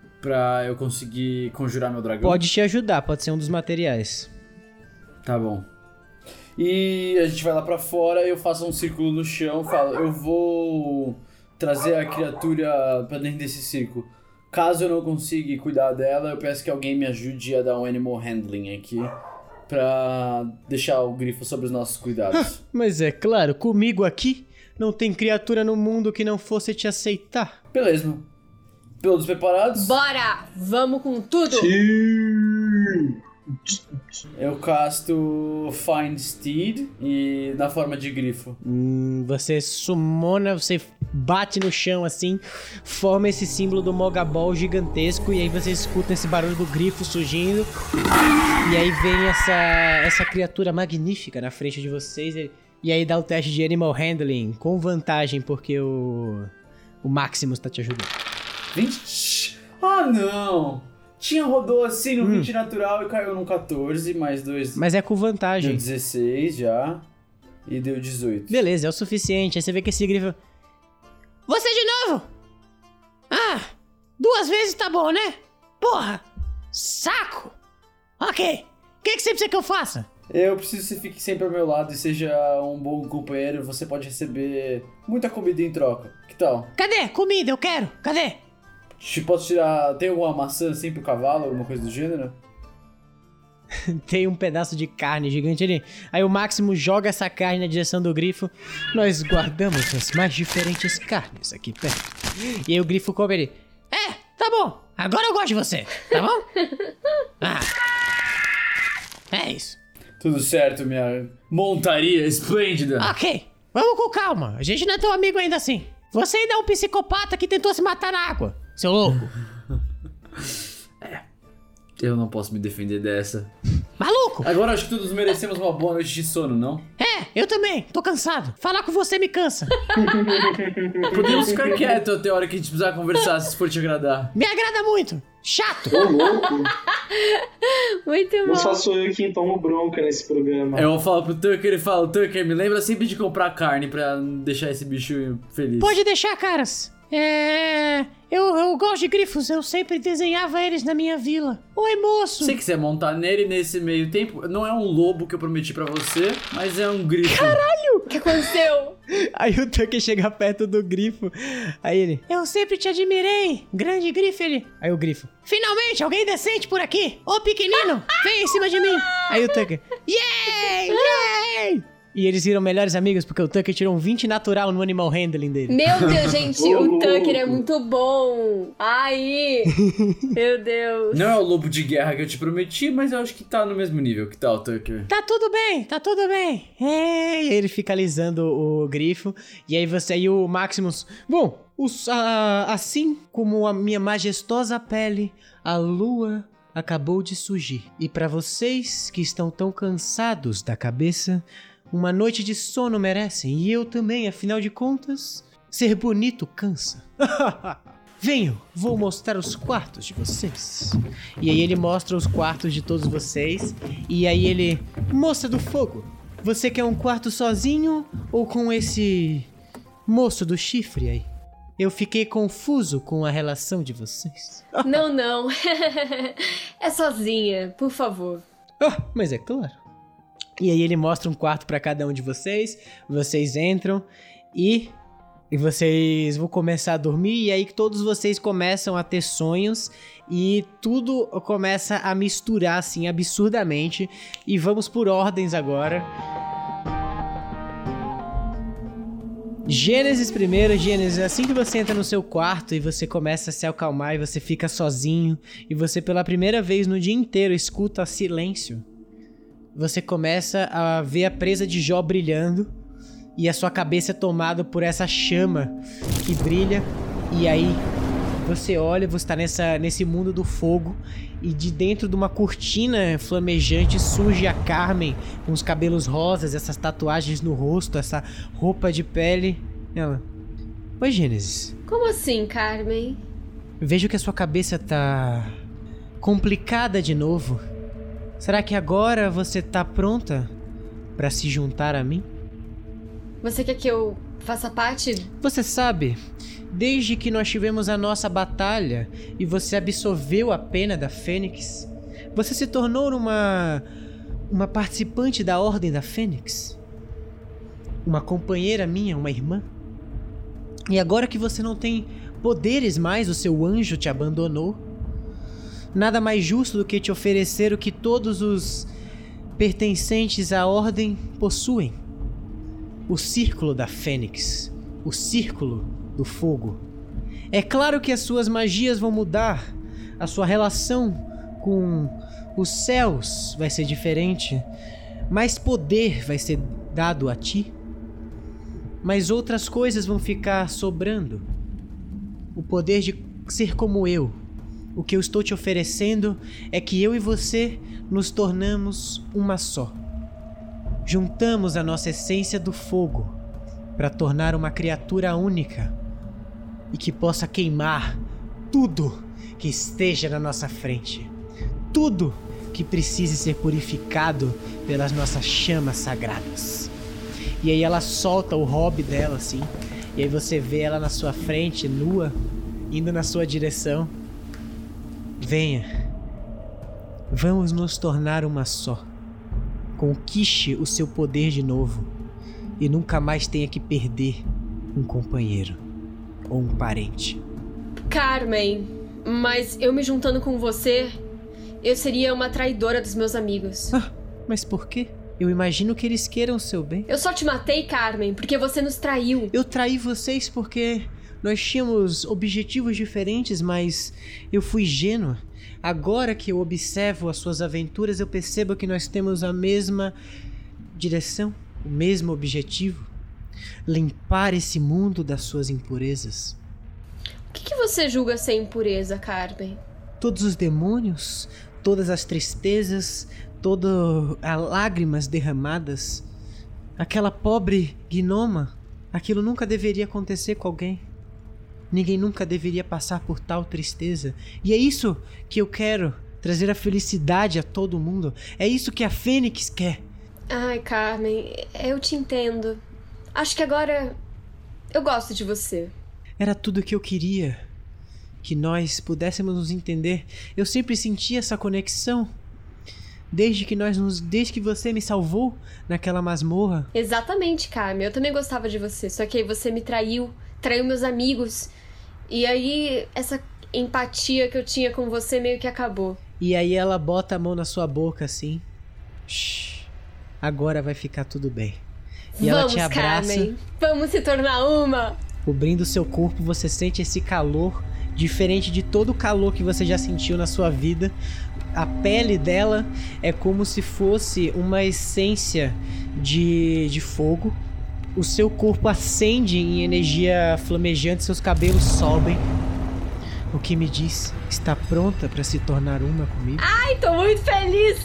eu conseguir conjurar meu dragão? Pode te ajudar, pode ser um dos materiais. Tá bom. E a gente vai lá pra fora, eu faço um círculo no chão, falo, eu vou trazer a criatura pra dentro desse círculo. Caso eu não consiga cuidar dela, eu peço que alguém me ajude a dar um animal handling aqui pra deixar o grifo sob os nossos cuidados. Mas é claro, comigo aqui não tem criatura no mundo que não fosse te aceitar. Beleza. Todos preparados? Bora! Vamos com tudo! Sim. Eu casto Find Steed e na forma de grifo. Você sumona, você bate no chão assim, forma esse símbolo do Mogabol gigantesco e aí você escuta esse barulho do grifo surgindo. E aí vem essa criatura magnífica na frente de vocês e aí dá o teste de Animal Handling com vantagem porque o Maximus tá te ajudando. 20? Ah, não! Rodou assim no 20 natural e caiu num 14, mais 2. Mas é com vantagem. Deu 16 já. E deu 18. Beleza, é o suficiente. Aí você vê que esse grifo... Você de novo? Ah, 2 vezes tá bom, né? Porra! Saco! Ok. O que você precisa que eu faça? Eu preciso que você fique sempre ao meu lado e seja um bom companheiro. Você pode receber muita comida em troca. Que tal? Cadê? Comida, eu quero. Cadê? Posso tirar... Tem alguma maçã assim pro cavalo? Alguma coisa do gênero? Tem um pedaço de carne gigante ali. Aí o Máximo joga essa carne na direção do grifo. Nós guardamos as mais diferentes carnes aqui perto. E aí o grifo come ele. Tá bom. Agora eu gosto de você. Tá bom? É isso. Tudo certo, minha montaria esplêndida. Ok. Vamos com calma. A gente não é tão amigo ainda assim. Você ainda é um psicopata que tentou se matar na água, seu louco. Eu não posso me defender dessa. Maluco! louco? Agora acho que todos merecemos uma boa noite de sono, não? Eu também. Tô cansado. Falar com você me cansa. Podemos ficar quietos até a hora que a gente precisar conversar, se for te agradar. Me agrada muito. Chato. Ô, louco. Muito bom. Não só sou eu quem tomo bronca nesse programa. Eu falo pro Tucker e falo, Tucker, me lembra sempre de comprar carne pra deixar esse bicho feliz. Pode deixar, caras. Eu gosto de grifos, eu sempre desenhava eles na minha vila. Oi, moço! Se você quiser montar nele nesse meio tempo, não é um lobo que eu prometi pra você, mas é um grifo. Caralho! O que aconteceu? Aí o Tucker chega perto do grifo. Aí ele, eu sempre te admirei, grande grifo. Ele, aí o grifo, finalmente, alguém decente por aqui. Ô, pequenino, vem em cima de mim. Aí o Tucker, yay, yay! E eles viram melhores amigos porque o Tucker tirou um 20 natural no animal handling dele. Meu Deus, gente, o Tucker é muito bom. Aí, meu Deus. Não é o lobo de guerra que eu te prometi, mas eu acho que tá no mesmo nível. Que tal, Tucker? Tá tudo bem, tá tudo bem. E aí ele fica alisando o grifo. E aí você e o Maximus... Bom, assim como a minha majestosa pele, a lua acabou de surgir. E pra vocês que estão tão cansados da cabeça... Uma noite de sono merecem, e eu também, afinal de contas, ser bonito cansa. Venham, vou mostrar os quartos de vocês. E aí ele mostra os quartos de todos vocês, e aí ele... Moça do fogo, você quer um quarto sozinho ou com esse moço do chifre aí? Eu fiquei confuso com a relação de vocês. Não. É sozinha, por favor. Mas é claro. E aí ele mostra um quarto pra cada um de vocês. Vocês entram e vocês vão começar a dormir. E aí todos vocês começam a ter sonhos. E tudo começa a misturar assim absurdamente. E vamos por ordens agora. Gênesis primeiro. Gênesis, assim que você entra no seu quarto e você começa a se acalmar e você fica sozinho. E você pela primeira vez no dia inteiro escuta silêncio. Você começa a ver a presa de Jó brilhando e a sua cabeça é tomada por essa chama que brilha. E aí você olha, você está nesse mundo do fogo e de dentro de uma cortina flamejante surge a Carmen com os cabelos rosas, essas tatuagens no rosto, essa roupa de pele. Ela... Oi, Gênesis. Como assim, Carmen? Vejo que a sua cabeça tá complicada de novo. Será que agora você tá pronta pra se juntar a mim? Você quer que eu faça parte? Você sabe, desde que nós tivemos a nossa batalha e você absorveu a pena da Fênix, você se tornou uma participante da Ordem da Fênix. Uma companheira minha, uma irmã. E agora que você não tem poderes mais, o seu anjo te abandonou. Nada mais justo do que te oferecer o que todos os pertencentes à Ordem possuem. O Círculo da Fênix. O Círculo do Fogo. É claro que as suas magias vão mudar. A sua relação com os céus vai ser diferente. Mais poder vai ser dado a ti. Mas outras coisas vão ficar sobrando. O poder de ser como eu. O que eu estou te oferecendo é que eu e você nos tornamos uma só. Juntamos a nossa essência do fogo para tornar uma criatura única e que possa queimar tudo que esteja na nossa frente. Tudo que precise ser purificado pelas nossas chamas sagradas. E aí ela solta o hobby dela assim, e aí você vê ela na sua frente, nua, indo na sua direção. Venha, vamos nos tornar uma só. Conquiste o seu poder de novo e nunca mais tenha que perder um companheiro ou um parente. Carmen, mas eu me juntando com você, eu seria uma traidora dos meus amigos. Mas por quê? Eu imagino que eles queiram o seu bem. Eu só te matei, Carmen, porque você nos traiu. Eu traí vocês porque... nós tínhamos objetivos diferentes, mas eu fui ingênua. Agora que eu observo as suas aventuras, eu percebo que nós temos a mesma direção, o mesmo objetivo. Limpar esse mundo das suas impurezas. O que você julga ser impureza, Carmen? Todos os demônios, todas as tristezas, todo a lágrimas derramadas. Aquela pobre gnoma, aquilo nunca deveria acontecer com alguém. Ninguém nunca deveria passar por tal tristeza. E é isso que eu quero, trazer a felicidade a todo mundo. É isso que a Fênix quer. Ai, Carmen, eu te entendo. Acho que agora eu gosto de você. Era tudo o que eu queria. Que nós pudéssemos nos entender. Eu sempre senti essa conexão. Desde que você me salvou naquela masmorra. Exatamente, Carmen. Eu também gostava de você. Só que aí você me traiu meus amigos. E aí essa empatia que eu tinha com você meio que acabou. E aí ela bota a mão na sua boca assim. Shhh, agora vai ficar tudo bem. E ela te abraça. Carmen, vamos se tornar uma. Cobrindo seu corpo, você sente esse calor, diferente de todo o calor que você já sentiu na sua vida. A pele dela é como se fosse uma essência de fogo. O seu corpo acende em energia flamejante, seus cabelos sobem. O que me diz? Está pronta para se tornar uma comigo? Ai, tô muito feliz!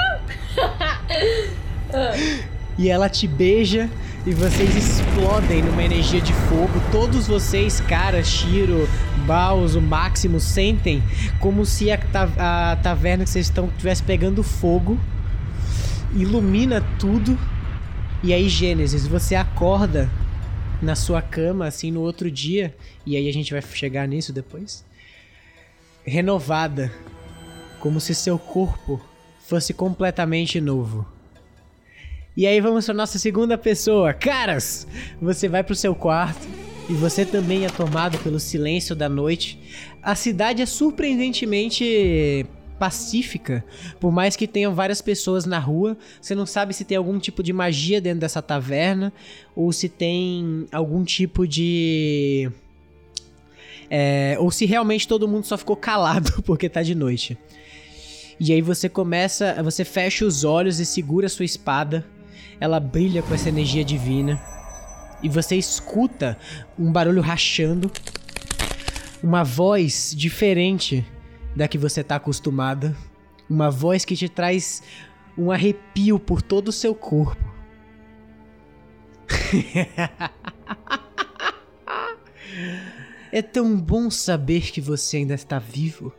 E ela te beija e vocês explodem numa energia de fogo. Todos vocês, Cara, Shiro, Baus, o Máximo, sentem como se a taverna que vocês estão estivesse pegando fogo. Ilumina tudo. E aí, Gênesis, você acorda na sua cama, assim, no outro dia. E aí a gente vai chegar nisso depois. Renovada. Como se seu corpo fosse completamente novo. E aí vamos para nossa segunda pessoa. Caras, você vai pro seu quarto. E você também é tomado pelo silêncio da noite. A cidade é surpreendentemente pacífica, por mais que tenham várias pessoas na rua. Você não sabe se tem algum tipo de magia dentro dessa taverna, ou se tem algum tipo de... ou se realmente todo mundo só ficou calado porque tá de noite. E aí você fecha os olhos e segura a sua espada. Ela brilha com essa energia divina. E você escuta um barulho rachando. Uma voz diferente da que você tá acostumada. Uma voz que te traz um arrepio por todo o seu corpo. É tão bom saber que você ainda está vivo.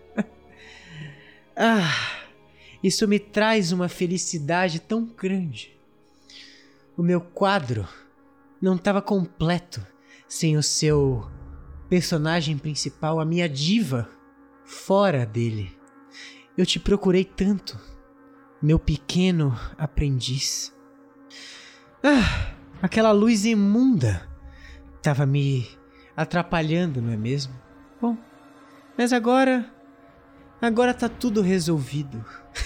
Isso me traz uma felicidade tão grande. O meu quadro não estava completo sem o seu personagem principal, a minha diva, fora dele. Eu te procurei tanto, meu pequeno aprendiz. Aquela luz imunda estava me atrapalhando, não é mesmo? Bom, mas agora tá tudo resolvido.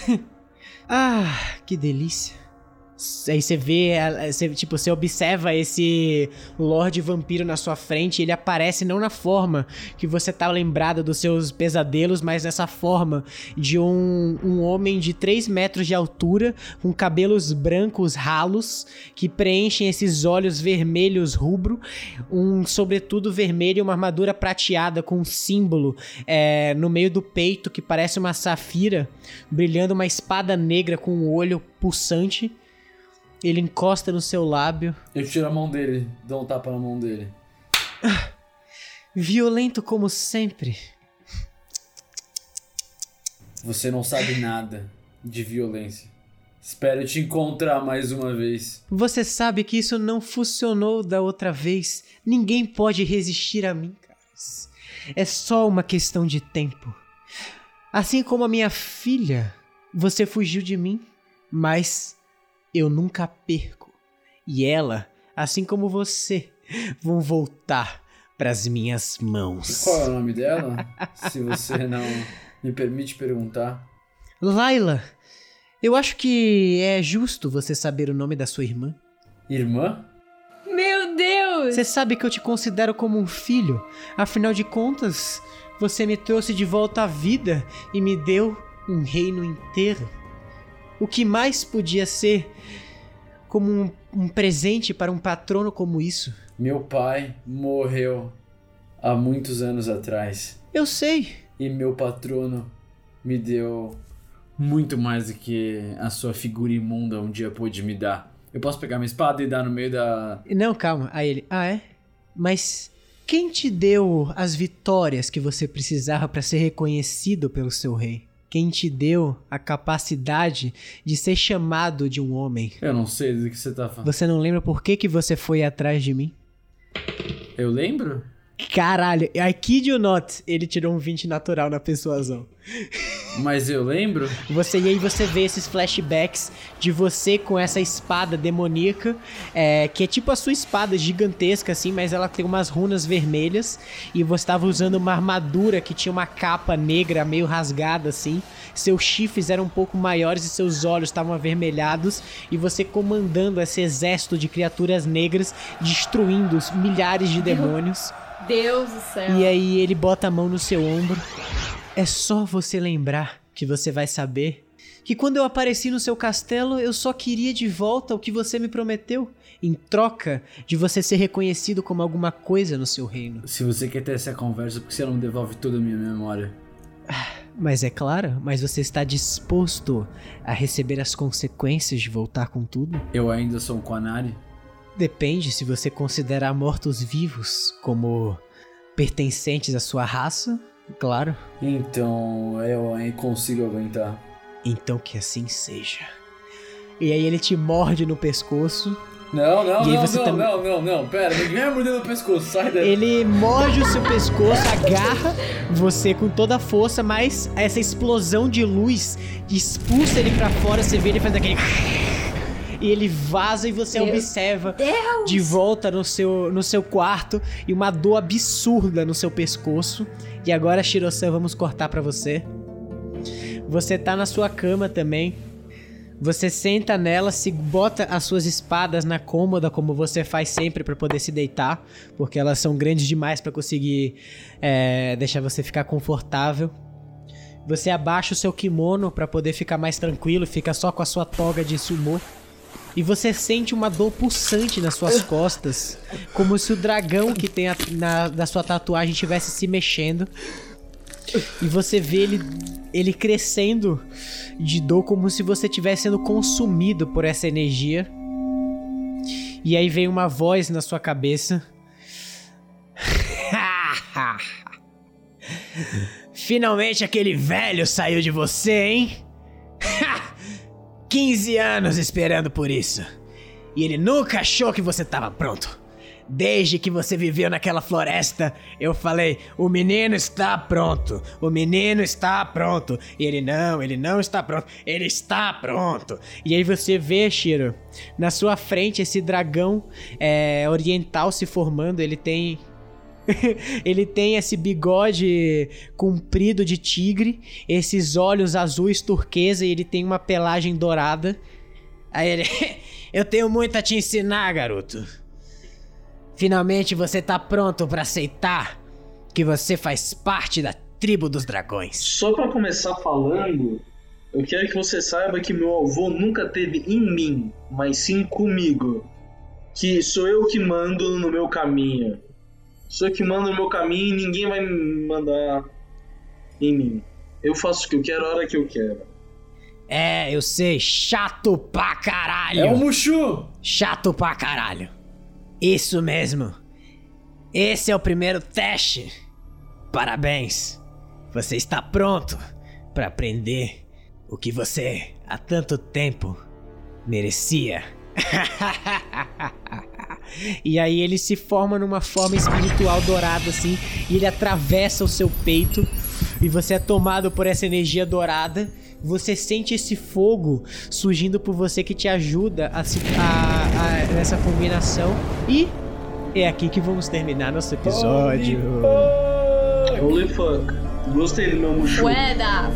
Que delícia. Aí você vê, você observa esse Lorde Vampiro na sua frente. Ele aparece não na forma que você tá lembrado dos seus pesadelos, mas nessa forma de um homem de 3 metros de altura, com cabelos brancos ralos, que preenchem esses olhos vermelhos rubro, um sobretudo vermelho e uma armadura prateada com um símbolo no meio do peito que parece uma safira, brilhando uma espada negra com um olho pulsante. Ele encosta no seu lábio. Eu tiro a mão dele, dou um tapa na mão dele. Violento como sempre. Você não sabe nada de violência. Espero te encontrar mais uma vez. Você sabe que isso não funcionou da outra vez. Ninguém pode resistir a mim, caras. É só uma questão de tempo. Assim como a minha filha, você fugiu de mim, mas eu nunca perco. E ela, assim como você, vão voltar pras minhas mãos. Qual é o nome dela? Se você não me permite perguntar. Layla. Eu acho que é justo você saber o nome da sua irmã. Irmã? Meu Deus! Você sabe que eu te considero como um filho. Afinal de contas, você me trouxe de volta à vida e me deu um reino inteiro. O que mais podia ser como um presente para um patrono como isso? Meu pai morreu há muitos anos atrás. Eu sei. E meu patrono me deu Muito mais do que a sua figura imunda um dia pôde me dar. Eu posso pegar minha espada e dar no meio da... Não, calma. Aí ele, é? Mas quem te deu as vitórias que você precisava para ser reconhecido pelo seu rei? Quem te deu a capacidade de ser chamado de um homem? Eu não sei do que você tá falando. Você não lembra por que você foi atrás de mim? Eu lembro? Caralho, I kid you not, ele tirou um 20 natural na persuasão. Mas eu lembro? E aí você vê esses flashbacks de você com essa espada demoníaca, que é tipo a sua espada gigantesca assim, mas ela tem umas runas vermelhas, e você estava usando uma armadura que tinha uma capa negra meio rasgada assim, seus chifres eram um pouco maiores e seus olhos estavam avermelhados, e você comandando esse exército de criaturas negras, destruindo milhares de demônios. Deus do céu. E aí ele bota a mão no seu ombro. É só você lembrar que você vai saber que quando eu apareci no seu castelo, eu só queria de volta o que você me prometeu, em troca de você ser reconhecido como alguma coisa no seu reino. Se você quer ter essa conversa, por que você não devolve toda a minha memória? Mas é claro, mas você está disposto a receber as consequências de voltar com tudo? Eu ainda sou um Qunari? Depende se você considerar mortos-vivos como pertencentes à sua raça, claro. Então, eu consigo aguentar. Então que assim seja. E aí ele te morde no pescoço. Não, pera, ninguém vai morder no pescoço, sai daí. Ele morde o seu pescoço, agarra você com toda a força, mas essa explosão de luz expulsa ele pra fora, você vê ele faz aquele... E ele vaza e você observa de volta no seu quarto e uma dor absurda no seu pescoço. E agora, Shiro-san, vamos cortar pra você. Você tá na sua cama também. Você senta nela, se bota as suas espadas na cômoda, como você faz sempre pra poder se deitar, porque elas são grandes demais pra conseguir deixar você ficar confortável. Você abaixa o seu kimono pra poder ficar mais tranquilo, fica só com a sua toga de sumô. E você sente uma dor pulsante nas suas costas, como se o dragão que tem na sua tatuagem estivesse se mexendo. E você vê ele crescendo de dor, como se você estivesse sendo consumido por essa energia. E aí vem uma voz na sua cabeça. Finalmente aquele velho saiu de você, hein? 15 anos esperando por isso. E ele nunca achou que você estava pronto. Desde que você viveu naquela floresta, eu falei, o menino está pronto, o menino está pronto. E ele não está pronto, ele está pronto. E aí você vê, Shiro, na sua frente esse dragão oriental se formando. Ele tem esse bigode comprido de tigre, esses olhos azuis turquesa, e ele tem uma pelagem dourada. Aí ele... Eu tenho muito a te ensinar, garoto. Finalmente você tá pronto pra aceitar que você faz parte da tribo dos dragões. Só pra começar falando, eu quero que você saiba que meu avô nunca teve em mim, mas sim comigo. Que sou eu que mando no meu caminho. Sou eu que mando no meu caminho e ninguém vai me mandar em mim. Eu faço o que eu quero, a hora que eu quero. Eu sei, chato pra caralho. É o Mushu! Chato pra caralho. Isso mesmo. Esse é o primeiro teste. Parabéns. Você está pronto pra aprender o que você há tanto tempo merecia. E aí ele se forma numa forma espiritual dourada assim, e ele atravessa o seu peito, e você é tomado por essa energia dourada. Você sente esse fogo surgindo por você que te ajuda nessa combinação. E é aqui que vamos terminar nosso episódio. Holy fuck. Gostei do meu Mushu. Fueda.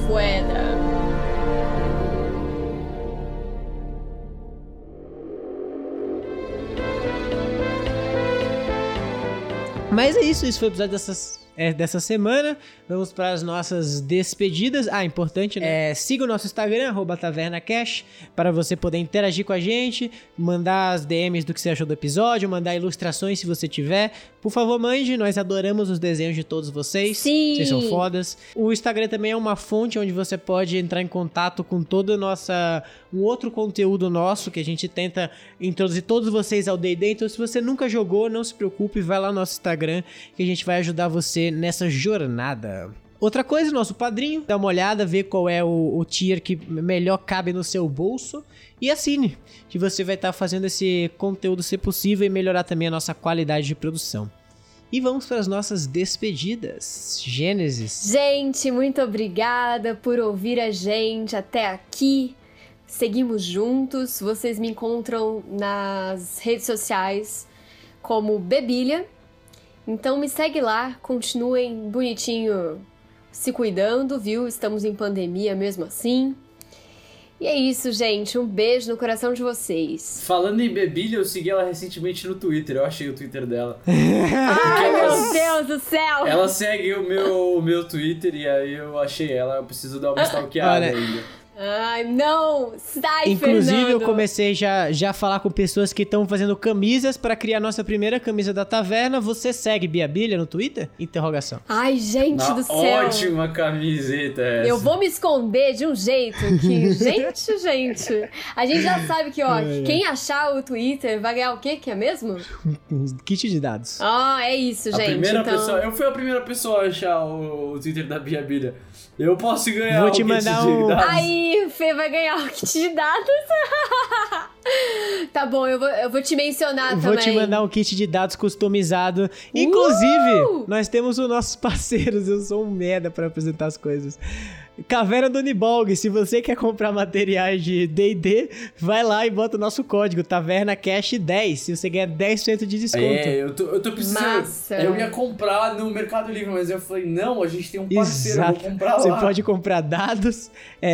Mas é isso foi o episódio dessas dessa semana. Vamos para as nossas despedidas. Importante, né? Siga o nosso Instagram, @TavernaCash, para você poder interagir com a gente, mandar as DMs do que você achou do episódio, mandar ilustrações se você tiver. Por favor, mande, nós adoramos os desenhos de todos vocês. Sim! Vocês são fodas. O Instagram também é uma fonte onde você pode entrar em contato com toda um outro conteúdo nosso, que a gente tenta introduzir todos vocês ao D&D. Então, se você nunca jogou, não se preocupe, vai lá no nosso Instagram, que a gente vai ajudar você nessa jornada. Outra coisa, nosso padrinho, dá uma olhada, vê qual é o tier que melhor cabe no seu bolso e assine, que você vai estar fazendo esse conteúdo ser possível e melhorar também a nossa qualidade de produção. E vamos para as nossas despedidas. Gênesis. Gente, muito obrigada por ouvir a gente até aqui. Seguimos juntos. Vocês me encontram nas redes sociais como Bebilha. Então me segue lá, continuem bonitinho se cuidando, viu? Estamos em pandemia mesmo assim. E é isso, gente. Um beijo no coração de vocês. Falando em Bebilha, eu segui ela recentemente no Twitter. Eu achei o Twitter dela. Ai, meu Deus do céu! Ela segue o meu Twitter e aí eu achei ela. Eu preciso dar uma stalkeada ainda. Ai, não! Sai, Inclusive, Fernando. eu comecei já a falar com pessoas que estão fazendo camisas para criar nossa primeira camisa da taverna. Você segue Bebilha no Twitter? Interrogação. Ai, gente do céu! Ótima camiseta essa. Eu vou me esconder de um jeito que... gente... A gente já sabe que, ó, quem achar o Twitter vai ganhar o quê que é mesmo? Kit de dados. Ah, é isso, gente. Eu fui a primeira pessoa a achar o Twitter da Bebilha. Eu posso ganhar Vou te mandar kit de dados. Aí, o Fê vai ganhar o kit de dados. Tá bom, eu vou te mencionar também. Vou te mandar um kit de dados customizado. Inclusive, nós temos os nossos parceiros. Eu sou um merda pra apresentar as coisas. Caverna do Nibolg. Se você quer comprar materiais de D&D, vai lá e bota o nosso código TavernaCash10. Se você ganhar 10% de desconto. Eu tô precisando. Massa. Eu ia comprar no Mercado Livre, mas eu falei, não, a gente tem um parceiro, Exato. eu vou comprar lá. Você pode comprar dados,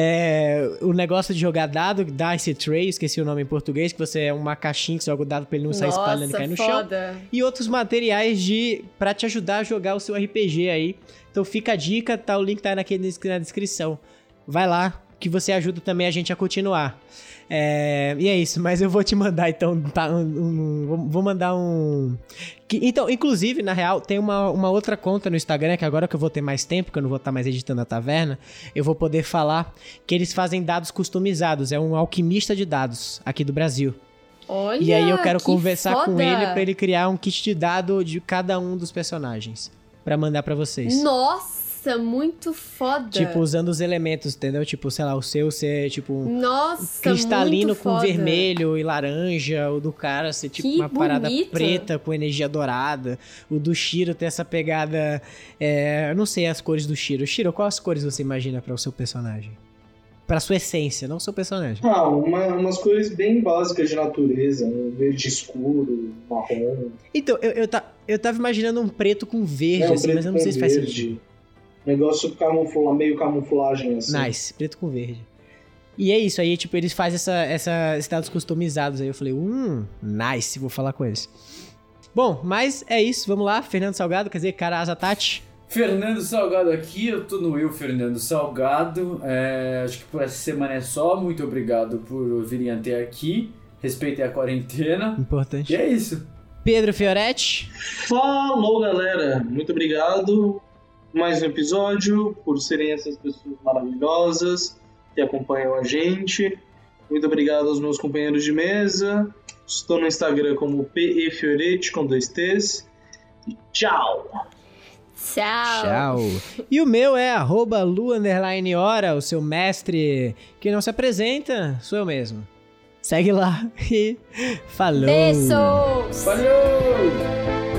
o negócio de jogar dado, Dice Tray, esqueci o nome em português, que você é uma caixinha que você joga o dado pra ele não sair espalhando e cair no chão. E outros materiais pra te ajudar a jogar o seu RPG aí. Então fica a dica, tá? O link tá na descrição. Vai lá, que você ajuda também a gente a continuar. E é isso, mas eu vou te mandar então, tá, vou mandar um... Então, inclusive, na real, tem uma outra conta no Instagram, que agora que eu vou ter mais tempo, que eu não vou estar mais editando a taverna, eu vou poder falar que eles fazem dados customizados, é um alquimista de dados aqui do Brasil. Olha, e aí eu quero conversar foda. com ele pra ele criar um kit de dado de cada um dos personagens, pra mandar pra vocês. Nossa, muito foda. Tipo, usando os elementos, entendeu? Tipo, sei lá, o seu ser, tipo, Nossa, cristalino muito com foda. vermelho e laranja. O do cara ser, tipo, Que uma parada bonito. preta com energia dourada. O do Shiro ter essa pegada... eu não sei as cores do Shiro. Shiro, quais as cores você imagina para o seu personagem? Pra sua essência, não o seu personagem. Umas cores bem básicas de natureza. Verde escuro, marrom. Então, eu tava imaginando um preto com verde, assim, mas eu não sei se faz sentido. Negócio meio camuflagem, assim. Nice, preto com verde. E é isso, aí tipo, eles fazem esses dados customizados. Aí eu falei, nice, vou falar com eles. Bom, mas é isso, vamos lá. Fernando Salgado, quer dizer, Caraza Tati. Fernando Salgado aqui, eu tô no Fernando Salgado. Acho que por essa semana é só. Muito obrigado por virem até aqui. Respeitem a quarentena. Importante. E é isso. Pedro Fioretti. Falou, galera. Muito obrigado. Mais um episódio, por serem essas pessoas maravilhosas que acompanham a gente. Muito obrigado aos meus companheiros de mesa. Estou no Instagram como PEFioretti com 2 T's. E tchau! Tchau. E o meu é @lu_hora, o seu mestre que não se apresenta, sou eu mesmo. Segue lá e falou! Beijos! Valeu!